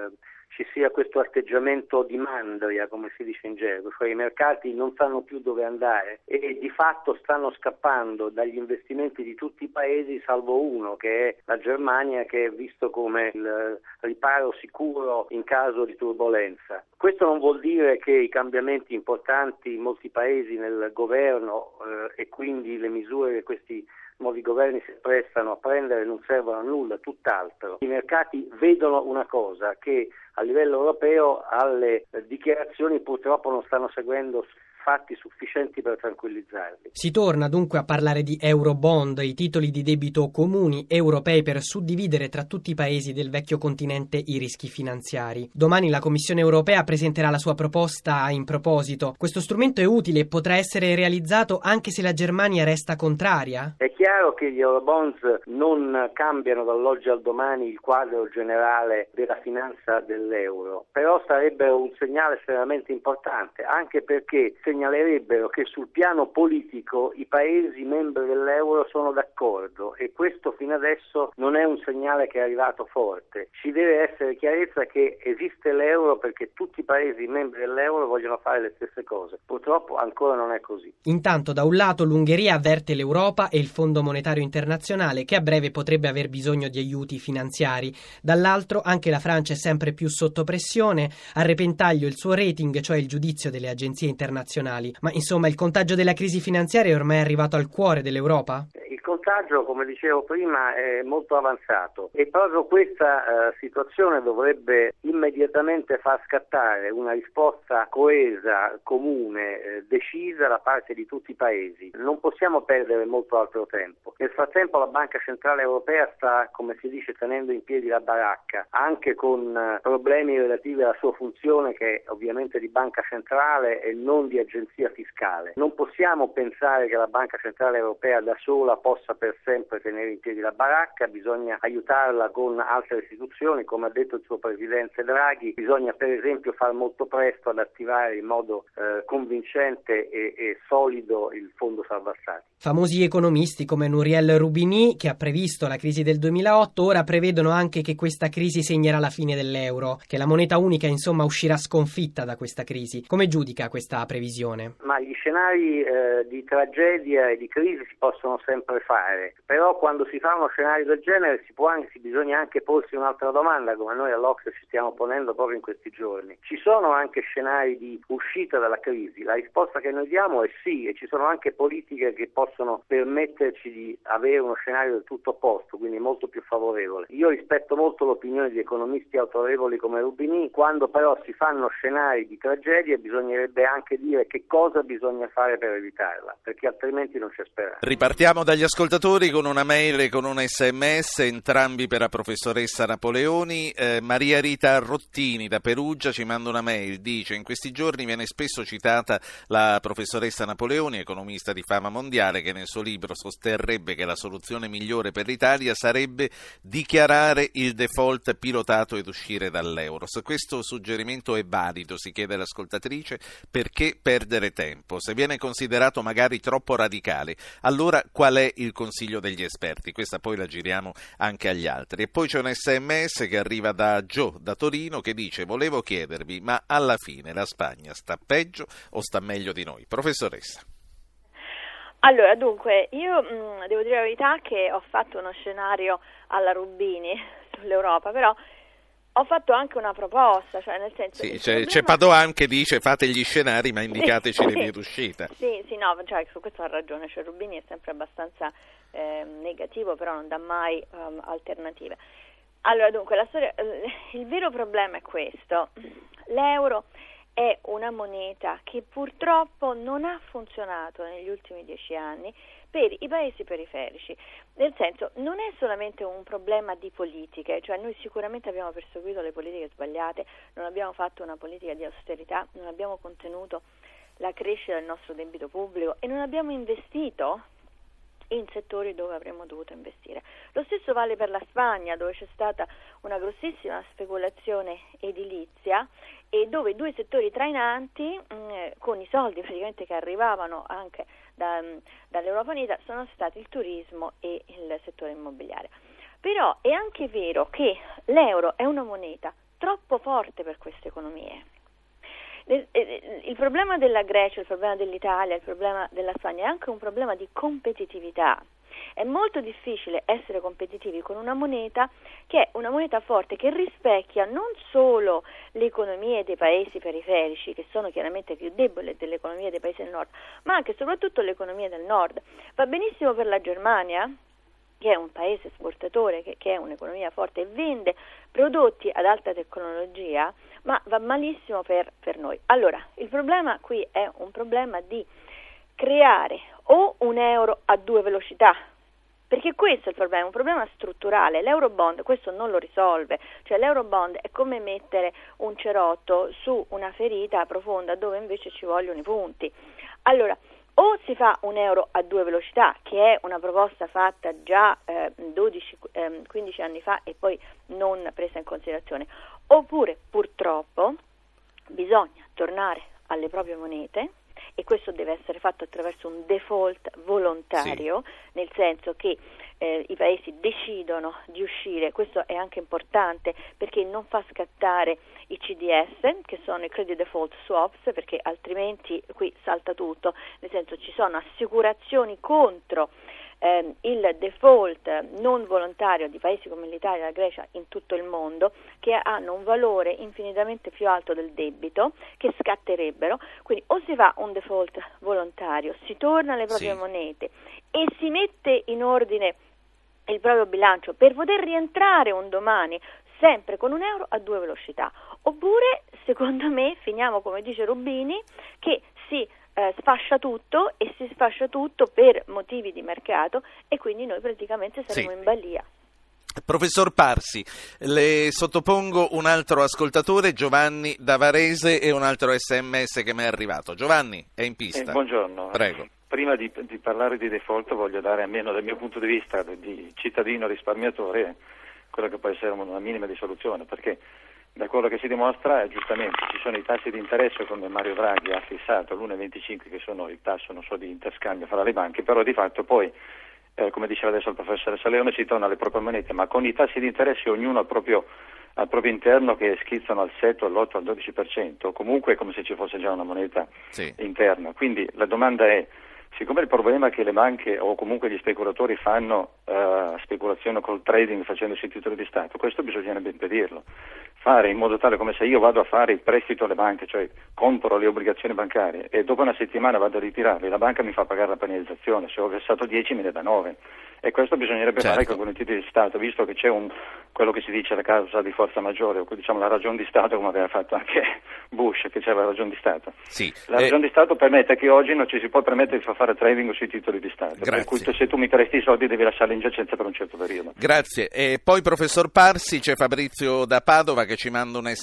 [SPEAKER 20] ci sia questo atteggiamento di mandria, come si dice in gergo, cioè i mercati non sanno più dove andare e di fatto stanno scappando dagli investimenti di tutti i paesi, salvo uno, che è la Germania, che è visto come il riparo sicuro in caso di turbolenza. Questo non vuol dire che i cambiamenti importanti in molti paesi nel governo e quindi le misure che questi nuovi governi si prestano a prendere non servono a nulla, tutt'altro. I mercati vedono una cosa, che a livello europeo alle dichiarazioni purtroppo non stanno seguendo fatti sufficienti per tranquillizzarli.
[SPEAKER 17] Si torna dunque a parlare di Eurobond, i titoli di debito comuni europei per suddividere tra tutti i paesi del vecchio continente i rischi finanziari. Domani la Commissione europea presenterà la sua proposta in proposito. Questo strumento è utile e potrà essere realizzato anche se la Germania resta contraria?
[SPEAKER 20] È chiaro che gli Eurobonds non cambiano dall'oggi al domani il quadro generale della finanza dell'euro, però sarebbero un segnale estremamente importante, anche perché segnalerebbero che sul piano politico i paesi membri dell'euro sono d'accordo e questo fino adesso non è un segnale che è arrivato forte. Ci deve essere chiarezza che esiste l'euro perché tutti i paesi membri dell'euro vogliono fare le stesse cose. Purtroppo ancora non è così.
[SPEAKER 17] Intanto da un lato l'Ungheria avverte l'Europa e il Fondo Monetario Internazionale che a breve potrebbe aver bisogno di aiuti finanziari. Dall'altro anche la Francia è sempre più sotto pressione, a repentaglio il suo rating, cioè il giudizio delle agenzie internazionali. Ma insomma il contagio della crisi finanziaria è ormai arrivato al cuore dell'Europa?
[SPEAKER 20] Il contagio, come dicevo prima, è molto avanzato e proprio questa situazione dovrebbe immediatamente far scattare una risposta coesa, comune, decisa da parte di tutti i paesi. Non possiamo perdere molto altro tempo. Nel frattempo la Banca Centrale Europea sta, come si dice, tenendo in piedi la baracca, anche con problemi relativi alla sua funzione che è ovviamente di banca centrale e non di agenzia fiscale. Non possiamo pensare che la Banca Centrale Europea da sola possa per sempre tenere in piedi la baracca, bisogna aiutarla con altre istituzioni, come ha detto il suo presidente Draghi, bisogna per esempio far molto presto ad attivare in modo convincente e solido il Fondo Salva Stati.
[SPEAKER 17] Famosi economisti come Nouriel Roubini, che ha previsto la crisi del 2008, ora prevedono anche che questa crisi segnerà la fine dell'euro, che la moneta unica insomma uscirà sconfitta da questa crisi. Come giudica questa previsione?
[SPEAKER 20] Ma gli scenari di tragedia e di crisi si possono sempre fare, però quando si fa uno scenario del genere bisogna anche porsi un'altra domanda, come noi all'Ocse ci stiamo ponendo proprio in questi giorni. Ci sono anche scenari di uscita dalla crisi? La risposta che noi diamo è sì, e ci sono anche politiche che possono permetterci di avere uno scenario del tutto opposto, quindi molto più favorevole. Io rispetto molto l'opinione di economisti autorevoli come Roubini, quando però si fanno scenari di tragedia bisognerebbe anche dire che cosa bisogna fare per evitarla, perché altrimenti non c'è speranza.
[SPEAKER 12] Ripartiamo dagli ascoltatori con una mail e con un SMS, entrambi per la professoressa Napoleoni. Maria Rita Rottini da Perugia ci manda una mail, dice: in questi giorni viene spesso citata la professoressa Napoleoni, economista di fama mondiale, che nel suo libro sosterrebbe che la soluzione migliore per l'Italia sarebbe dichiarare il default pilotato ed uscire dall'euro. Se questo suggerimento è valido, si chiede l'ascoltatrice, perché perdere tempo? Se viene considerato magari troppo radicale, allora qual è il consiglio degli esperti? Questa poi la giriamo anche agli altri. E poi c'è un SMS che arriva da Gio, da Torino, che dice: volevo chiedervi, ma alla fine la Spagna sta peggio o sta meglio di noi? Professoressa.
[SPEAKER 13] Allora, dunque, io devo dire la verità che ho fatto uno scenario alla Roubini sull'Europa, però ho fatto anche una proposta, cioè nel senso...
[SPEAKER 12] Sì, c'è Padoan che dice: fate gli scenari ma indicateci le vie d'uscita.
[SPEAKER 13] Sì, no, cioè su questo ha ragione, cioè Roubini è sempre abbastanza negativo, però non dà mai alternative. Allora, dunque, il vero problema è questo: l'euro è una moneta che purtroppo non ha funzionato negli ultimi 10 anni per i paesi periferici, nel senso non è solamente un problema di politiche, cioè noi sicuramente abbiamo perseguito le politiche sbagliate, non abbiamo fatto una politica di austerità, non abbiamo contenuto la crescita del nostro debito pubblico e non abbiamo investito in settori dove avremmo dovuto investire. Lo stesso vale per la Spagna, dove c'è stata una grossissima speculazione edilizia e dove due settori trainanti con i soldi praticamente che arrivavano anche dall'Europa Unita sono stati il turismo e il settore immobiliare. Però è anche vero che l'euro è una moneta troppo forte per queste economie. Il problema della Grecia, il problema dell'Italia, il problema della Spagna è anche un problema di competitività. È molto difficile essere competitivi con una moneta che è una moneta forte, che rispecchia non solo le economie dei paesi periferici, che sono chiaramente più deboli delle economie dei paesi del nord, ma anche e soprattutto le economie del nord. Va benissimo per la Germania, che è un paese esportatore, che è un'economia forte e vende prodotti ad alta tecnologia, ma va malissimo per noi. Allora, il problema qui è un problema di creare o un euro a 2 velocità, perché questo è il problema, un problema strutturale. L'Eurobond questo non lo risolve, cioè l'Eurobond è come mettere un cerotto su una ferita profonda dove invece ci vogliono i punti. Allora, o si fa un euro a 2 velocità, che è una proposta fatta già 15 anni fa e poi non presa in considerazione, oppure purtroppo bisogna tornare alle proprie monete, e questo deve essere fatto attraverso un default volontario, nel senso che i paesi decidono di uscire. Questo è anche importante perché non fa scattare i CDS, che sono i credit default swaps, perché altrimenti qui salta tutto, nel senso ci sono assicurazioni contro il default non volontario di paesi come l'Italia e la Grecia in tutto il mondo, che hanno un valore infinitamente più alto del debito, che scatterebbero. Quindi o si fa un default volontario, si torna alle proprie monete e si mette in ordine il proprio bilancio per poter rientrare un domani sempre con un euro a 2 velocità, oppure secondo me finiamo come dice Rubini, che si sfascia tutto, e si sfascia tutto per motivi di mercato, e quindi noi praticamente saremo in balia.
[SPEAKER 12] Professor Parsi, le sottopongo un altro ascoltatore, Giovanni da Varese, e un altro SMS che mi è arrivato. Giovanni, è in pista.
[SPEAKER 21] Buongiorno.
[SPEAKER 12] Prego.
[SPEAKER 21] Prima di parlare di default voglio dare, almeno dal mio punto di vista di cittadino risparmiatore, quella che può essere una minima di soluzione, perché da quello che si dimostra, giustamente, ci sono i tassi di interesse, come Mario Draghi ha fissato l'1,25, che sono il tasso non so di interscambio fra le banche, però di fatto poi, come diceva adesso il professore Saleone, si torna alle proprie monete, ma con i tassi di interesse ognuno al proprio interno, che schizzano al 7, all'8, al 12%, comunque è come se ci fosse già una moneta interna. Quindi la domanda è, siccome il problema è che le banche o comunque gli speculatori fanno speculazione col trading facendosi titoli di Stato, questo bisognerebbe impedirlo, fare in modo tale come se io vado a fare il prestito alle banche, cioè compro le obbligazioni bancarie e dopo una settimana vado a ritirarle, la banca mi fa pagare la penalizzazione, se ho versato 10 me ne dà 9, e questo bisognerebbe fare con i titoli di Stato, visto che c'è quello che si dice la causa di forza maggiore, o diciamo la ragione di Stato, come aveva fatto anche Bush, che c'era la ragione di Stato. La ragione di Stato permette che oggi non ci si può permettere di fare trading sui titoli di Stato, per cui se tu mi presti i soldi devi lasciarli in giacenza per un certo periodo.
[SPEAKER 12] Grazie. E poi professor Parsi, c'è Fabrizio da Padova che ci manda un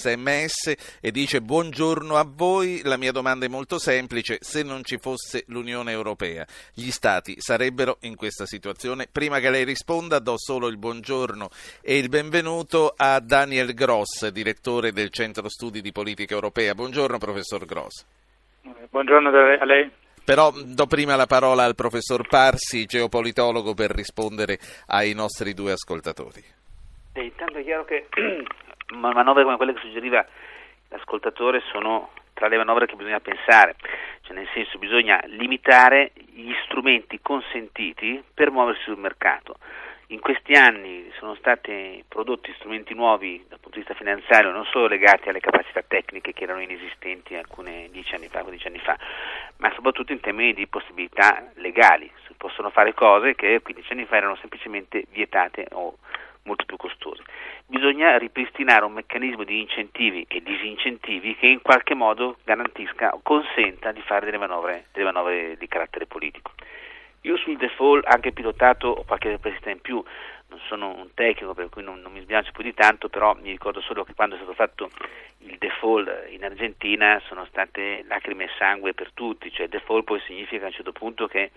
[SPEAKER 12] SMS e dice: buongiorno a voi, la mia domanda è molto semplice, se non ci fosse l'Unione Europea gli Stati sarebbero in questa situazione? Prima che lei risponda do solo il buongiorno e il benvenuto a Daniel Gross, direttore del Centro Studi di Politica Europea. Buongiorno professor Gross.
[SPEAKER 22] Buongiorno a lei.
[SPEAKER 12] Però do prima la parola al professor Parsi, geopolitologo, per rispondere ai nostri due ascoltatori.
[SPEAKER 14] Intanto è chiaro che manovre come quelle che suggeriva l'ascoltatore sono tra le manovre che bisogna pensare, cioè nel senso bisogna limitare gli strumenti consentiti per muoversi sul mercato. In questi anni sono stati prodotti strumenti nuovi dal punto di vista finanziario, non solo legati alle capacità tecniche che erano inesistenti alcune 10 anni fa, 15 anni fa, ma soprattutto in termini di possibilità legali. Si possono fare cose che 15 anni fa erano semplicemente vietate o molto più costose. Bisogna ripristinare un meccanismo di incentivi e disincentivi che in qualche modo garantisca o consenta di fare delle manovre di carattere politico. Io sul default, anche pilotato, ho qualche perplessità in più, non sono un tecnico per cui non mi sbilancio più di tanto, però mi ricordo solo che quando è stato fatto il default in Argentina sono state lacrime e sangue per tutti, cioè il default poi significa a un certo punto che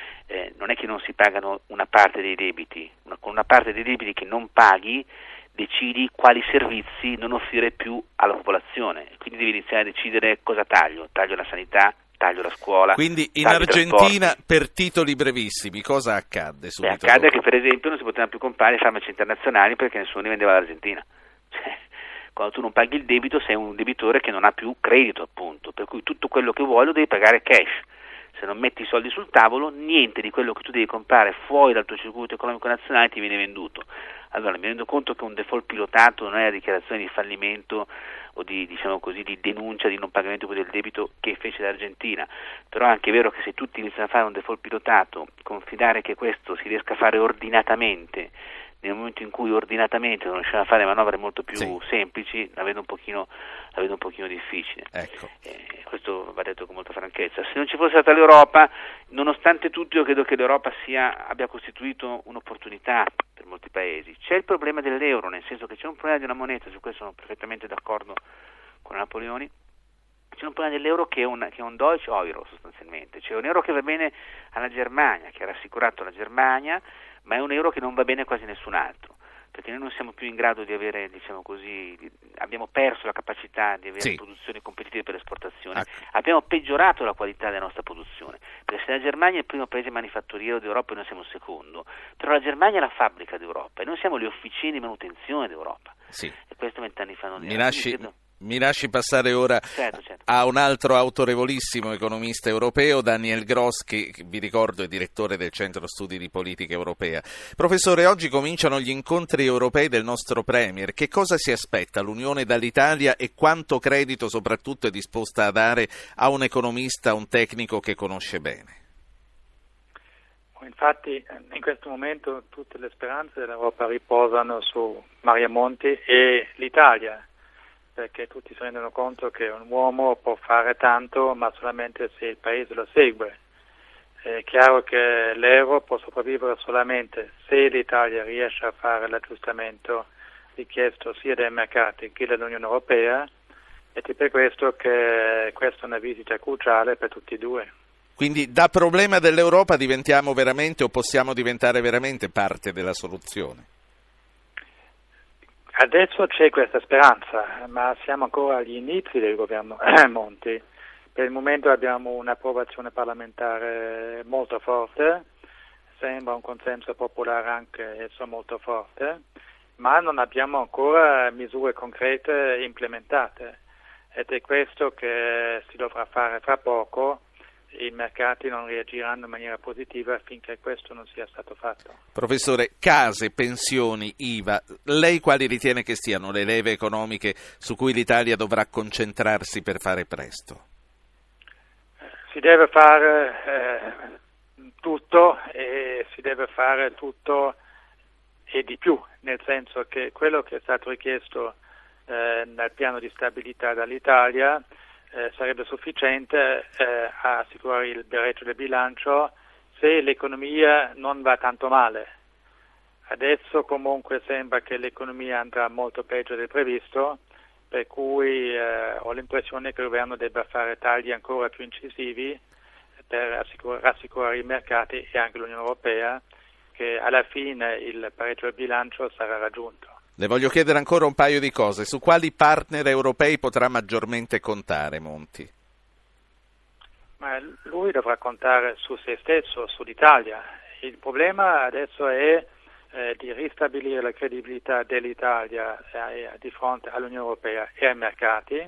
[SPEAKER 14] non è che non si pagano una parte dei debiti, con una parte dei debiti che non paghi decidi quali servizi non offrire più alla popolazione, quindi devi iniziare a decidere cosa taglio la sanità, taglio la scuola.
[SPEAKER 12] Quindi in Argentina per titoli brevissimi cosa accadde?
[SPEAKER 14] Accade che per esempio non si potevano più comprare farmaci internazionali perché nessuno li vendeva all'Argentina. Cioè, quando tu non paghi il debito sei un debitore che non ha più credito, appunto, per cui tutto quello che vuoi lo devi pagare cash. Se non metti i soldi sul tavolo, niente di quello che tu devi comprare fuori dal tuo circuito economico nazionale ti viene venduto. Allora, mi rendo conto che un default pilotato non è la dichiarazione di fallimento o di denuncia di non pagamento del debito che fece l'Argentina, però è anche vero che se tutti iniziano a fare un default pilotato, confidare che questo si riesca a fare ordinatamente, nel momento in cui ordinatamente non riusciamo a fare manovre molto più semplici, la vedo un pochino difficile.
[SPEAKER 12] Ecco.
[SPEAKER 14] Questo va detto con molta franchezza. Se non ci fosse stata l'Europa, nonostante tutto, io credo che l'Europa abbia costituito un'opportunità per molti paesi. C'è il problema dell'euro, nel senso che c'è un problema di una moneta, su questo sono perfettamente d'accordo con Napoleoni. C'è un problema dell'euro che è un Deutsche Euro sostanzialmente, c'è un euro che va bene alla Germania, che ha rassicurato la Germania, ma è un euro che non va bene a quasi nessun altro, perché noi non siamo più in grado di avere, abbiamo perso la capacità di avere produzioni competitive per l'esportazione, abbiamo peggiorato la qualità della nostra produzione, perché se la Germania è il primo paese manifatturiero d'Europa e noi siamo il secondo, però la Germania è la fabbrica d'Europa e noi siamo le officine di manutenzione d'Europa, e questo 20 anni fa non era.
[SPEAKER 12] Mi lasci passare ora a un altro autorevolissimo economista europeo, Daniel Gross, che vi ricordo è direttore del Centro Studi di Politica Europea. Professore, oggi cominciano gli incontri europei del nostro Premier. Che cosa si aspetta l'Unione dall'Italia e quanto credito soprattutto è disposta a dare a un economista, un tecnico che conosce bene?
[SPEAKER 22] Infatti in questo momento tutte le speranze dell'Europa riposano su Mario Monti e l'Italia, perché tutti si rendono conto che un uomo può fare tanto, ma solamente se il paese lo segue. È chiaro che l'euro può sopravvivere solamente se l'Italia riesce a fare l'aggiustamento richiesto sia dai mercati che dall'Unione Europea, ed è per questo che questa è una visita cruciale per tutti e due.
[SPEAKER 12] Quindi da problema dell'Europa diventiamo veramente o possiamo diventare veramente parte della soluzione?
[SPEAKER 22] Adesso c'è questa speranza, ma siamo ancora agli inizi del governo Monti. Per il momento abbiamo un'approvazione parlamentare molto forte, sembra un consenso popolare anche esso molto forte, ma non abbiamo ancora misure concrete implementate, ed è questo che si dovrà fare fra poco. I mercati non reagiranno in maniera positiva finché questo non sia stato fatto.
[SPEAKER 12] Professore, case, pensioni, IVA, lei quali ritiene che siano le leve economiche su cui l'Italia dovrà concentrarsi per fare presto?
[SPEAKER 22] Si deve fare tutto, e si deve fare tutto e di più, nel senso che quello che è stato richiesto nel piano di stabilità dall'Italia sarebbe sufficiente a assicurare il pareggio del bilancio se l'economia non va tanto male. Adesso comunque sembra che l'economia andrà molto peggio del previsto, per cui ho l'impressione che il governo debba fare tagli ancora più incisivi per rassicurare i mercati e anche l'Unione Europea che alla fine il pareggio del bilancio sarà raggiunto.
[SPEAKER 12] Le voglio chiedere ancora un paio di cose. Su quali partner europei potrà maggiormente contare Monti?
[SPEAKER 22] Ma lui dovrà contare su se stesso, sull'Italia. Il problema adesso è di ristabilire la credibilità dell'Italia di fronte all'Unione Europea e ai mercati.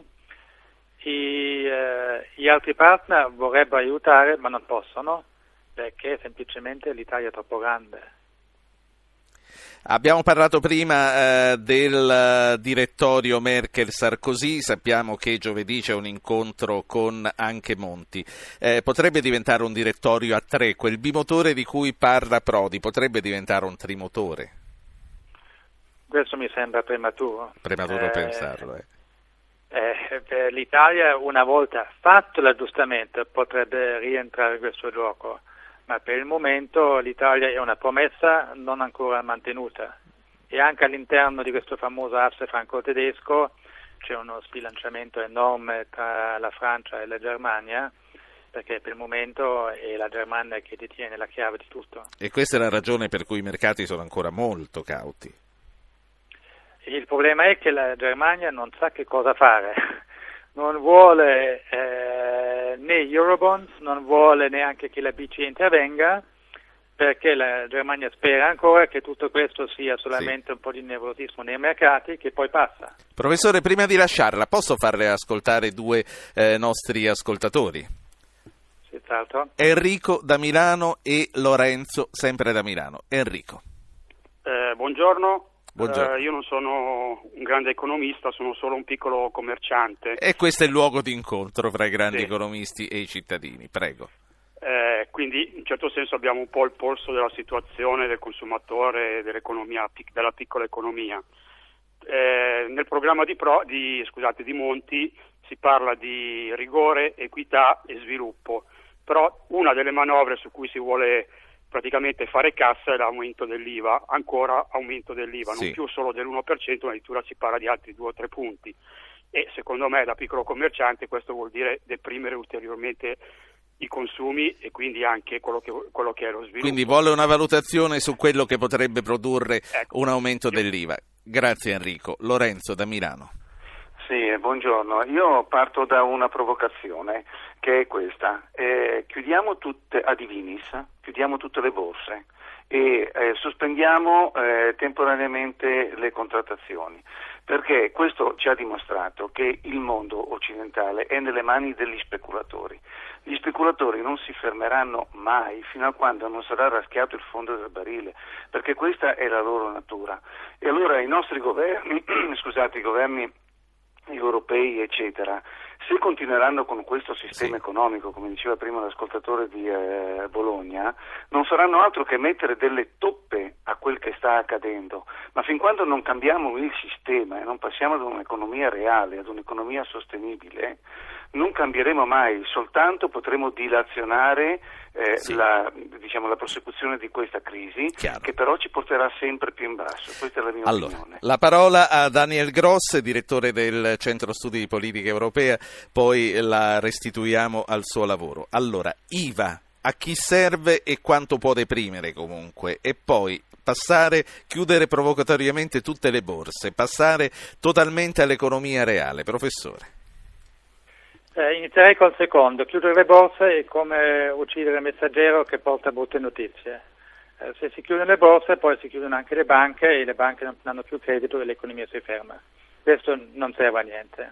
[SPEAKER 22] Gli altri partner vorrebbero aiutare, ma non possono, perché semplicemente l'Italia è troppo grande.
[SPEAKER 12] Abbiamo parlato prima del direttorio Merkel-Sarkozy, sappiamo che giovedì c'è un incontro con anche Monti. Potrebbe diventare un direttorio a tre, quel bimotore di cui parla Prodi, potrebbe diventare un trimotore?
[SPEAKER 22] Questo mi sembra prematuro.
[SPEAKER 12] Prematuro pensarlo.
[SPEAKER 22] L'Italia, una volta fatto l'aggiustamento, potrebbe rientrare in questo gioco. Ma per il momento l'Italia è una promessa non ancora mantenuta, e anche all'interno di questo famoso asse franco-tedesco c'è uno sbilanciamento enorme tra la Francia e la Germania, perché per il momento è la Germania che detiene la chiave di tutto.
[SPEAKER 12] E questa è la ragione per cui i mercati sono ancora molto cauti.
[SPEAKER 22] Il problema è che la Germania non sa che cosa fare, non vuole né Eurobonds, non vuole neanche che la BCE intervenga, perché la Germania spera ancora che tutto questo sia solamente un po' di nervosismo nei mercati che poi passa.
[SPEAKER 12] Professore, prima di lasciarla, posso farle ascoltare due nostri ascoltatori?
[SPEAKER 22] Senz'altro.
[SPEAKER 12] Enrico da Milano e Lorenzo, sempre da Milano. Enrico.
[SPEAKER 1] Buongiorno. Io non sono un grande economista, sono solo un piccolo commerciante.
[SPEAKER 12] E questo è il luogo di incontro fra i grandi economisti e i cittadini, prego.
[SPEAKER 1] Quindi in certo senso abbiamo un po' il polso della situazione del consumatore e dell'economia, della piccola economia. Nel programma di Monti si parla di rigore, equità e sviluppo, però una delle manovre su cui si vuole praticamente fare cassa è l'aumento dell'IVA, ancora aumento dell'IVA, non più solo dell'1%, ma addirittura si parla di altri 2 o 3 punti. E secondo me da piccolo commerciante questo vuol dire deprimere ulteriormente i consumi e quindi anche quello che è lo sviluppo.
[SPEAKER 12] Quindi vuole una valutazione su quello che potrebbe produrre un aumento dell'IVA. Grazie Enrico. Lorenzo da Milano.
[SPEAKER 5] Sì, buongiorno. Io parto da una provocazione che è questa. Chiudiamo tutte le borse e sospendiamo temporaneamente le contrattazioni, perché questo ci ha dimostrato che il mondo occidentale è nelle mani degli speculatori. Gli speculatori non si fermeranno mai fino a quando non sarà raschiato il fondo del barile, perché questa è la loro natura. E allora i nostri governi, i governi europei eccetera, se continueranno con questo sistema economico, come diceva prima l'ascoltatore di Bologna, non faranno altro che mettere delle toppe a quel che sta accadendo, ma fin quando non cambiamo il sistema e non passiamo da un'economia reale ad un'economia sostenibile, non cambieremo mai, soltanto potremo dilazionare la prosecuzione di questa crisi, che però ci porterà sempre più in basso. Questa è la mia opinione.
[SPEAKER 12] La parola a Daniel Gross, direttore del Centro Studi di Politica Europea, poi la restituiamo al suo lavoro. Allora, IVA, a chi serve e quanto può deprimere comunque? E poi chiudere provocatoriamente tutte le borse, passare totalmente all'economia reale. Professore.
[SPEAKER 22] Inizierei col secondo. Chiudere le borse è come uccidere il messaggero che porta brutte notizie. Se si chiudono le borse, poi si chiudono anche le banche e le banche non hanno più credito e l'economia si ferma. Questo non serve a niente.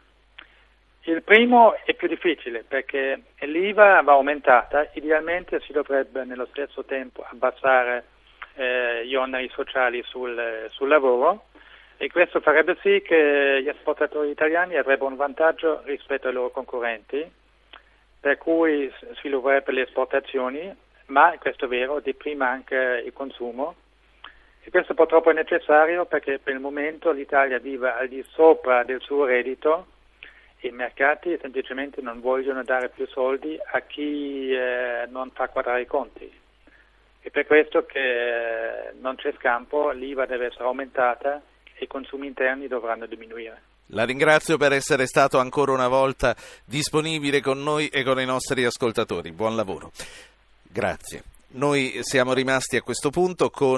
[SPEAKER 22] Il primo è più difficile perché l'IVA va aumentata, idealmente si dovrebbe nello stesso tempo abbassare gli oneri sociali sul lavoro, e questo farebbe sì che gli esportatori italiani avrebbero un vantaggio rispetto ai loro concorrenti, per cui svilupperebbe le esportazioni, ma questo è vero, deprima anche il consumo, e questo purtroppo è necessario perché per il momento l'Italia vive al di sopra del suo reddito e i mercati semplicemente non vogliono dare più soldi a chi non fa quadrare i conti. E per questo che non c'è scampo, l'IVA deve essere aumentata e i consumi interni dovranno diminuire.
[SPEAKER 12] La ringrazio per essere stato ancora una volta disponibile con noi e con i nostri ascoltatori. Buon lavoro. Grazie. Noi siamo rimasti a questo punto con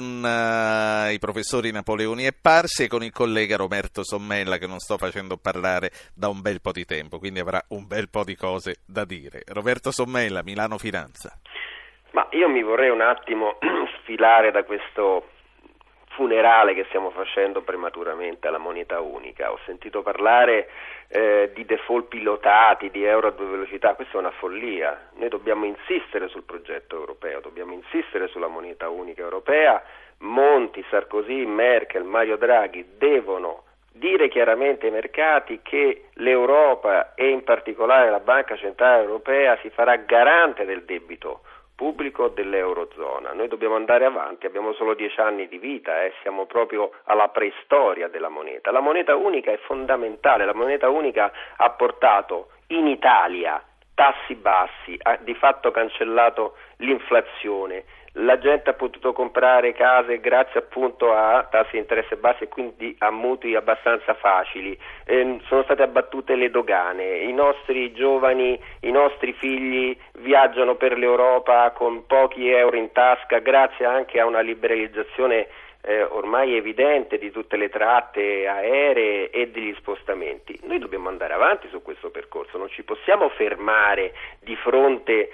[SPEAKER 12] i professori Napoleoni e Parsi e con il collega Roberto Sommella, che non sto facendo parlare da un bel po' di tempo, quindi avrà un bel po' di cose da dire. Roberto Sommella, Milano Finanza.
[SPEAKER 15] Ma io mi vorrei un attimo sfilare da questo funerale che stiamo facendo prematuramente alla moneta unica. Ho sentito parlare di default pilotati, di euro a 2 velocità. Questa è una follia. Noi dobbiamo insistere sul progetto europeo, dobbiamo insistere sulla moneta unica europea. Monti, Sarkozy, Merkel, Mario Draghi devono dire chiaramente ai mercati che l'Europa e in particolare la Banca Centrale Europea si farà garante del debito pubblico dell'Eurozona. Noi dobbiamo andare avanti, abbiamo solo 10 anni di vita, siamo proprio alla preistoria della moneta. La moneta unica è fondamentale, la moneta unica ha portato in Italia tassi bassi, ha di fatto cancellato l'inflazione, la gente ha potuto comprare case grazie appunto a tassi di interesse bassi e quindi a mutui abbastanza facili, sono state abbattute le dogane, i nostri giovani, i nostri figli viaggiano per l'Europa con pochi euro in tasca grazie anche a una liberalizzazione ormai evidente di tutte le tratte aeree e degli spostamenti. Noi dobbiamo andare avanti su questo percorso, non ci possiamo fermare di fronte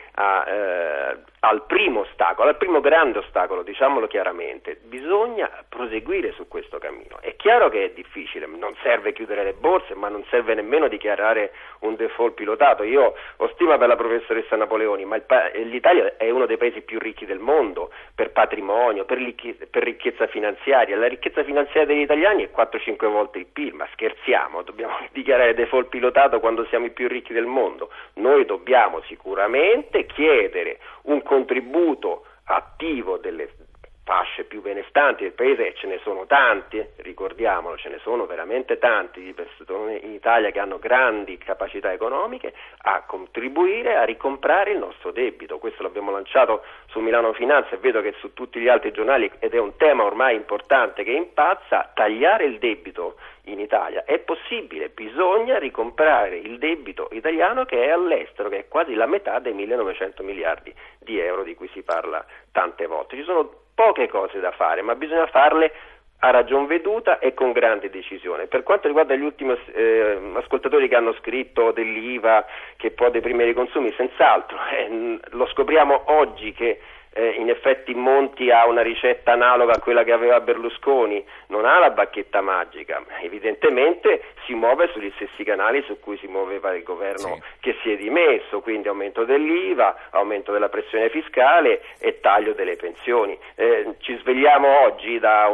[SPEAKER 15] al primo ostacolo, al primo grande ostacolo, diciamolo chiaramente. Bisogna proseguire su questo cammino. È chiaro che è difficile, non serve chiudere le borse, ma non serve nemmeno dichiarare un default pilotato. Io ho stima per la professoressa Napoleoni, ma l'Italia è uno dei paesi più ricchi del mondo per patrimonio, per ricchezza finanziaria. La ricchezza finanziaria degli italiani è 4-5 volte il PIL, ma scherziamo, dobbiamo dichiarare default pilotato quando siamo i più ricchi del mondo. Noi dobbiamo sicuramente chiedere un contributo attivo delle fasce più benestanti del paese, e ce ne sono tanti, ricordiamolo, ce ne sono veramente tanti di persone in Italia che hanno grandi capacità economiche, a contribuire a ricomprare il nostro debito. Questo l'abbiamo lanciato su Milano Finanza e vedo che su tutti gli altri giornali, ed è un tema ormai importante che impazza. Tagliare il debito in Italia è possibile, bisogna ricomprare il debito italiano che è all'estero, che è quasi la metà dei 1.900 miliardi di euro di cui si parla tante volte. Ci sono poche cose da fare, ma bisogna farle a ragion veduta e con grande decisione. Per quanto riguarda gli ultimi ascoltatori che hanno scritto dell'IVA che può deprimere i consumi, senz'altro, lo scopriamo oggi che in effetti Monti ha una ricetta analoga a quella che aveva Berlusconi, non ha la bacchetta magica, ma evidentemente si muove sugli stessi canali su cui si muoveva il governo che si è dimesso, quindi aumento dell'IVA, aumento della pressione fiscale e taglio delle pensioni. Ci svegliamo oggi da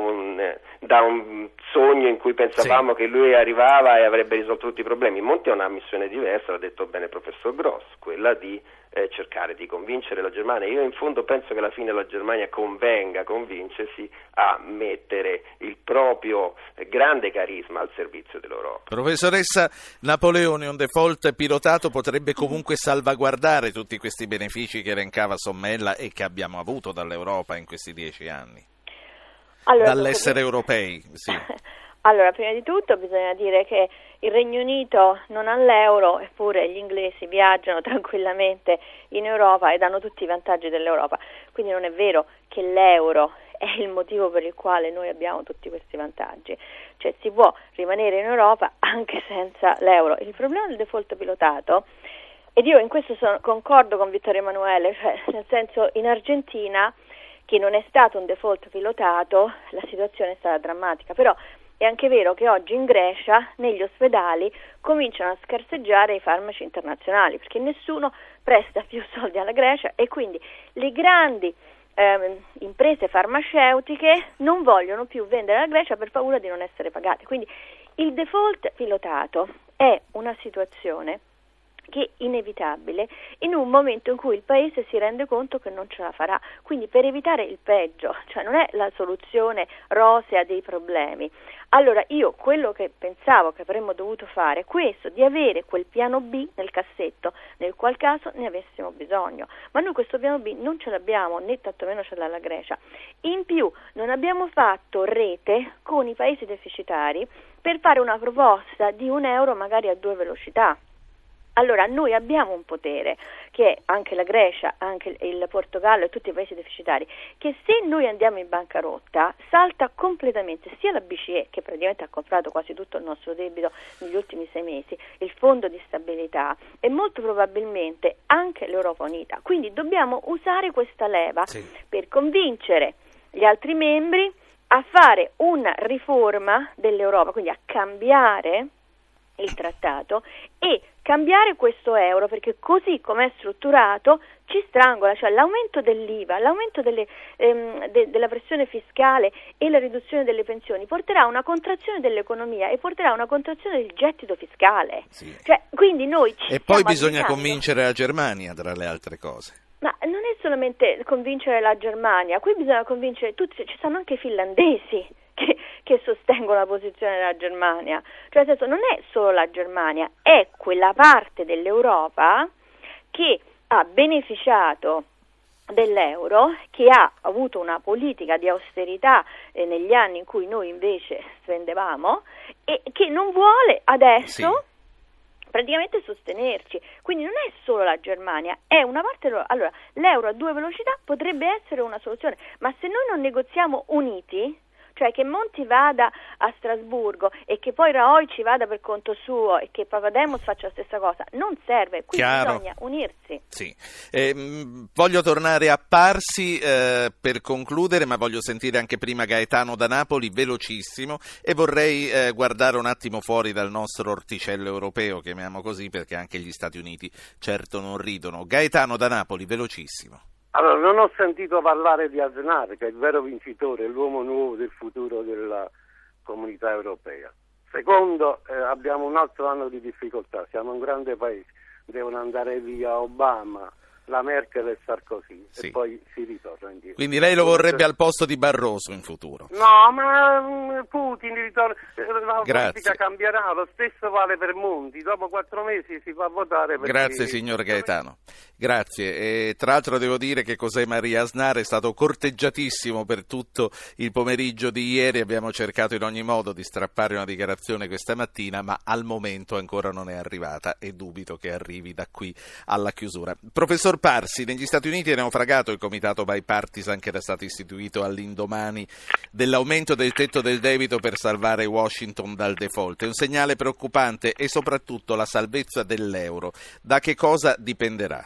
[SPEAKER 15] un sogno in cui pensavamo che lui arrivava e avrebbe risolto tutti i problemi. Monti ha una missione diversa, l'ha detto bene il professor Gross, quella di cercare di convincere la Germania. Io in fondo penso che alla fine la Germania convenga convincersi a mettere il proprio grande carisma al servizio dell'Europa.
[SPEAKER 12] Professoressa Napoleoni, un default pilotato potrebbe comunque salvaguardare tutti questi benefici che elencava Sommella e che abbiamo avuto dall'Europa in questi 10 anni? Dall'essere europei, sì.
[SPEAKER 13] Allora, prima di tutto bisogna dire che il Regno Unito non ha l'euro, eppure gli inglesi viaggiano tranquillamente in Europa ed hanno tutti i vantaggi dell'Europa. Quindi non è vero che l'euro è il motivo per il quale noi abbiamo tutti questi vantaggi. Cioè si può rimanere in Europa anche senza l'euro. Il problema del default pilotato, ed io in questo concordo con Vittorio Emanuele, cioè nel senso, in Argentina, che non è stato un default pilotato, la situazione è stata drammatica, però è anche vero che oggi in Grecia negli ospedali cominciano a scarseggiare i farmaci internazionali, perché nessuno presta più soldi alla Grecia e quindi le grandi imprese farmaceutiche non vogliono più vendere alla Grecia per paura di non essere pagate. Quindi il default pilotato è una situazione che è inevitabile in un momento in cui il paese si rende conto che non ce la farà. Quindi per evitare il peggio, cioè non è la soluzione rosea dei problemi. Allora io quello che pensavo che avremmo dovuto fare è questo, di avere quel piano B nel cassetto nel qual caso ne avessimo bisogno, ma noi questo piano B non ce l'abbiamo, né tantomeno ce l'ha la Grecia. In più non abbiamo fatto rete con i paesi deficitari per fare una proposta di €1 magari a 2 velocità. Allora noi abbiamo un potere, che è anche la Grecia, anche il Portogallo e tutti i paesi deficitari, che se noi andiamo in bancarotta salta completamente sia la BCE, che praticamente ha comprato quasi tutto il nostro debito negli ultimi 6 mesi, il fondo di stabilità e molto probabilmente anche l'Europa Unita. Quindi dobbiamo usare questa leva per convincere gli altri membri a fare una riforma dell'Europa, quindi a cambiare il trattato e cambiare questo euro, perché così come è strutturato ci strangola, cioè l'aumento dell'IVA, l'aumento della pressione fiscale e la riduzione delle pensioni porterà a una contrazione dell'economia e porterà a una contrazione del gettito fiscale. Cioè, quindi noi
[SPEAKER 12] e poi bisogna convincere la Germania, tra le altre cose.
[SPEAKER 13] Ma non è solamente convincere la Germania, qui bisogna convincere tutti, ci sono anche i finlandesi che sostengono la posizione della Germania, cioè nel senso non è solo la Germania, è quella parte dell'Europa che ha beneficiato dell'euro, che ha avuto una politica di austerità negli anni in cui noi invece spendevamo e che non vuole adesso praticamente sostenerci. Quindi non è solo la Germania, è una parte. Allora l'euro a 2 velocità potrebbe essere una soluzione, ma se noi non negoziamo uniti, cioè che Monti vada a Strasburgo e che poi Rajoy ci vada per conto suo e che Papademos faccia la stessa cosa, non serve, qui bisogna unirsi.
[SPEAKER 12] Sì. Voglio tornare a Parsi per concludere, ma voglio sentire anche prima Gaetano da Napoli, velocissimo, e vorrei guardare un attimo fuori dal nostro orticello europeo, chiamiamo così, perché anche gli Stati Uniti certo non ridono. Gaetano da Napoli, velocissimo.
[SPEAKER 20] Allora, non ho sentito parlare di Aznar, che è il vero vincitore, l'uomo nuovo del futuro della comunità europea. Secondo, abbiamo un altro anno di difficoltà, siamo un grande paese, devono andare via Obama, la Merkel e Sarkozy,
[SPEAKER 12] sì.
[SPEAKER 20] E poi si ritorna indietro.
[SPEAKER 12] Quindi lei lo vorrebbe al posto di Barroso in futuro?
[SPEAKER 20] No, ma Putin ritorna, la
[SPEAKER 12] Grazie.
[SPEAKER 20] politica cambierà, lo stesso vale per Monti, dopo 4 mesi si fa votare perché...
[SPEAKER 12] Grazie signor Gaetano, grazie. E, tra l'altro devo dire che José María Aznar è stato corteggiatissimo per tutto il pomeriggio di ieri, abbiamo cercato in ogni modo di strappare una dichiarazione questa mattina, ma al momento ancora non è arrivata e dubito che arrivi da qui alla chiusura. Professor Parsi, negli Stati Uniti è naufragato il comitato bipartisan che era stato istituito all'indomani dell'aumento del tetto del debito per salvare Washington dal default. È un segnale preoccupante e soprattutto la salvezza dell'euro. Da che cosa dipenderà?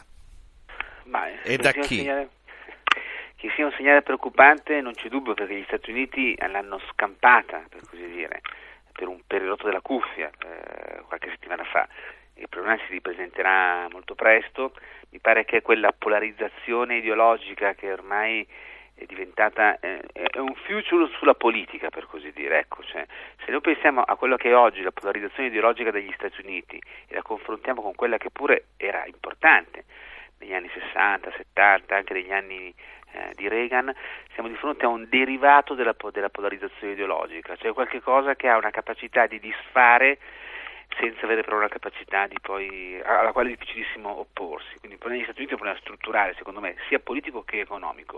[SPEAKER 12] E da chi?
[SPEAKER 14] Che sia un segnale preoccupante non c'è dubbio, perché gli Stati Uniti l'hanno scampata, per così dire, per un periodo della cuffia qualche settimana fa. Il problema si ripresenterà molto presto. Mi pare che quella polarizzazione ideologica che ormai è diventata è un future sulla politica, per così dire. Ecco, cioè, se noi pensiamo a quello che è oggi la polarizzazione ideologica degli Stati Uniti e la confrontiamo con quella che pure era importante negli anni 60, 70, anche negli anni di Reagan, siamo di fronte a un derivato della polarizzazione ideologica, cioè qualche cosa che ha una capacità di disfare senza avere però la capacità di poi alla quale è difficilissimo opporsi. Quindi il problema degli Stati Uniti è un problema strutturale, secondo me, sia politico che economico.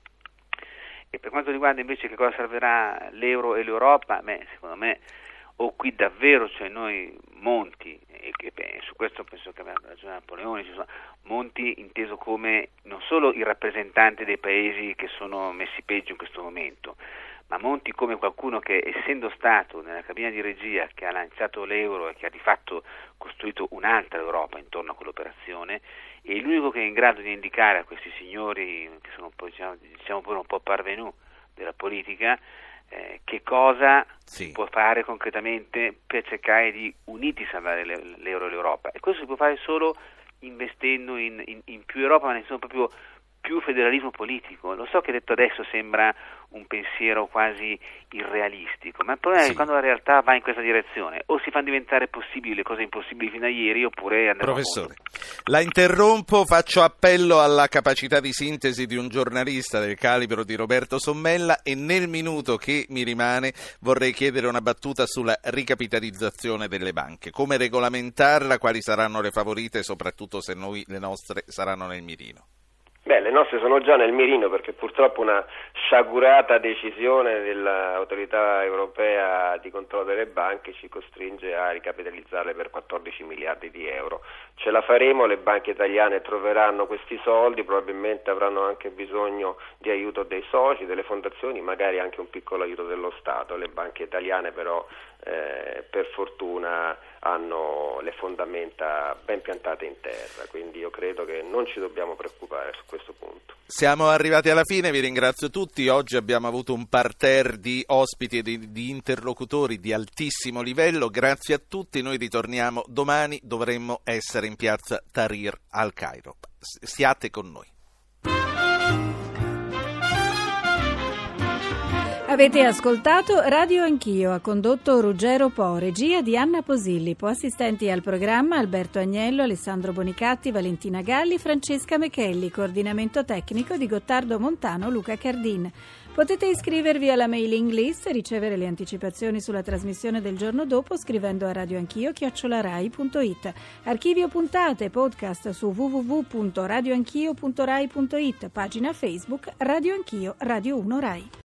[SPEAKER 14] E per quanto riguarda invece che cosa servirà l'euro e l'Europa, secondo me o qui davvero, cioè noi Monti, e su questo penso che aveva ragione Napoleone, Monti inteso come non solo il rappresentante dei paesi che sono messi peggio in questo momento, ma Monti come qualcuno che, essendo stato nella cabina di regia che ha lanciato l'euro e che ha di fatto costruito un'altra Europa intorno a quell'operazione, è l'unico che è in grado di indicare a questi signori che sono un po', diciamo pure un po' parvenu della politica, che cosa si può fare concretamente per cercare di uniti salvare l'euro e l'Europa. E questo si può fare solo investendo in più Europa, ma nel senso proprio più federalismo politico. Lo so che detto adesso sembra un pensiero quasi irrealistico, ma il problema è che quando la realtà va in questa direzione o si fanno diventare possibili le cose impossibili fino a ieri, oppure andremo.
[SPEAKER 12] Professore, la interrompo, faccio appello alla capacità di sintesi di un giornalista del calibro di Roberto Sommella e nel minuto che mi rimane vorrei chiedere una battuta sulla ricapitalizzazione delle banche. Come regolamentarla, quali saranno le favorite e soprattutto se le nostre saranno nel mirino?
[SPEAKER 15] Le nostre sono già nel mirino, perché purtroppo una sciagurata decisione dell'autorità europea di controllo delle banche ci costringe a ricapitalizzarle per 14 miliardi di euro. Ce la faremo, le banche italiane troveranno questi soldi, probabilmente avranno anche bisogno di aiuto dei soci, delle fondazioni, magari anche un piccolo aiuto dello Stato. Le banche italiane però per fortuna hanno le fondamenta ben piantate in terra, quindi io credo che non ci dobbiamo preoccupare su questo punto.
[SPEAKER 12] Siamo arrivati alla fine, vi ringrazio tutti. Oggi abbiamo avuto un parterre di ospiti e di interlocutori di altissimo livello. Grazie a tutti, noi ritorniamo domani, dovremmo essere in piazza Tahrir al Cairo. Siate con noi.
[SPEAKER 3] Avete ascoltato Radio Anch'io, ha condotto Ruggero Po, regia di Anna Posillipo, assistenti al programma Alberto Agnello, Alessandro Bonicatti, Valentina Galli, Francesca Mechelli, coordinamento tecnico di Gottardo Montano, Luca Cardin. Potete iscrivervi alla mailing list e ricevere le anticipazioni sulla trasmissione del giorno dopo scrivendo a radioanchio@rai.it. Archivio puntate, podcast su www.radioanchio.rai.it, pagina Facebook Radio Anch'io, Radio 1 Rai.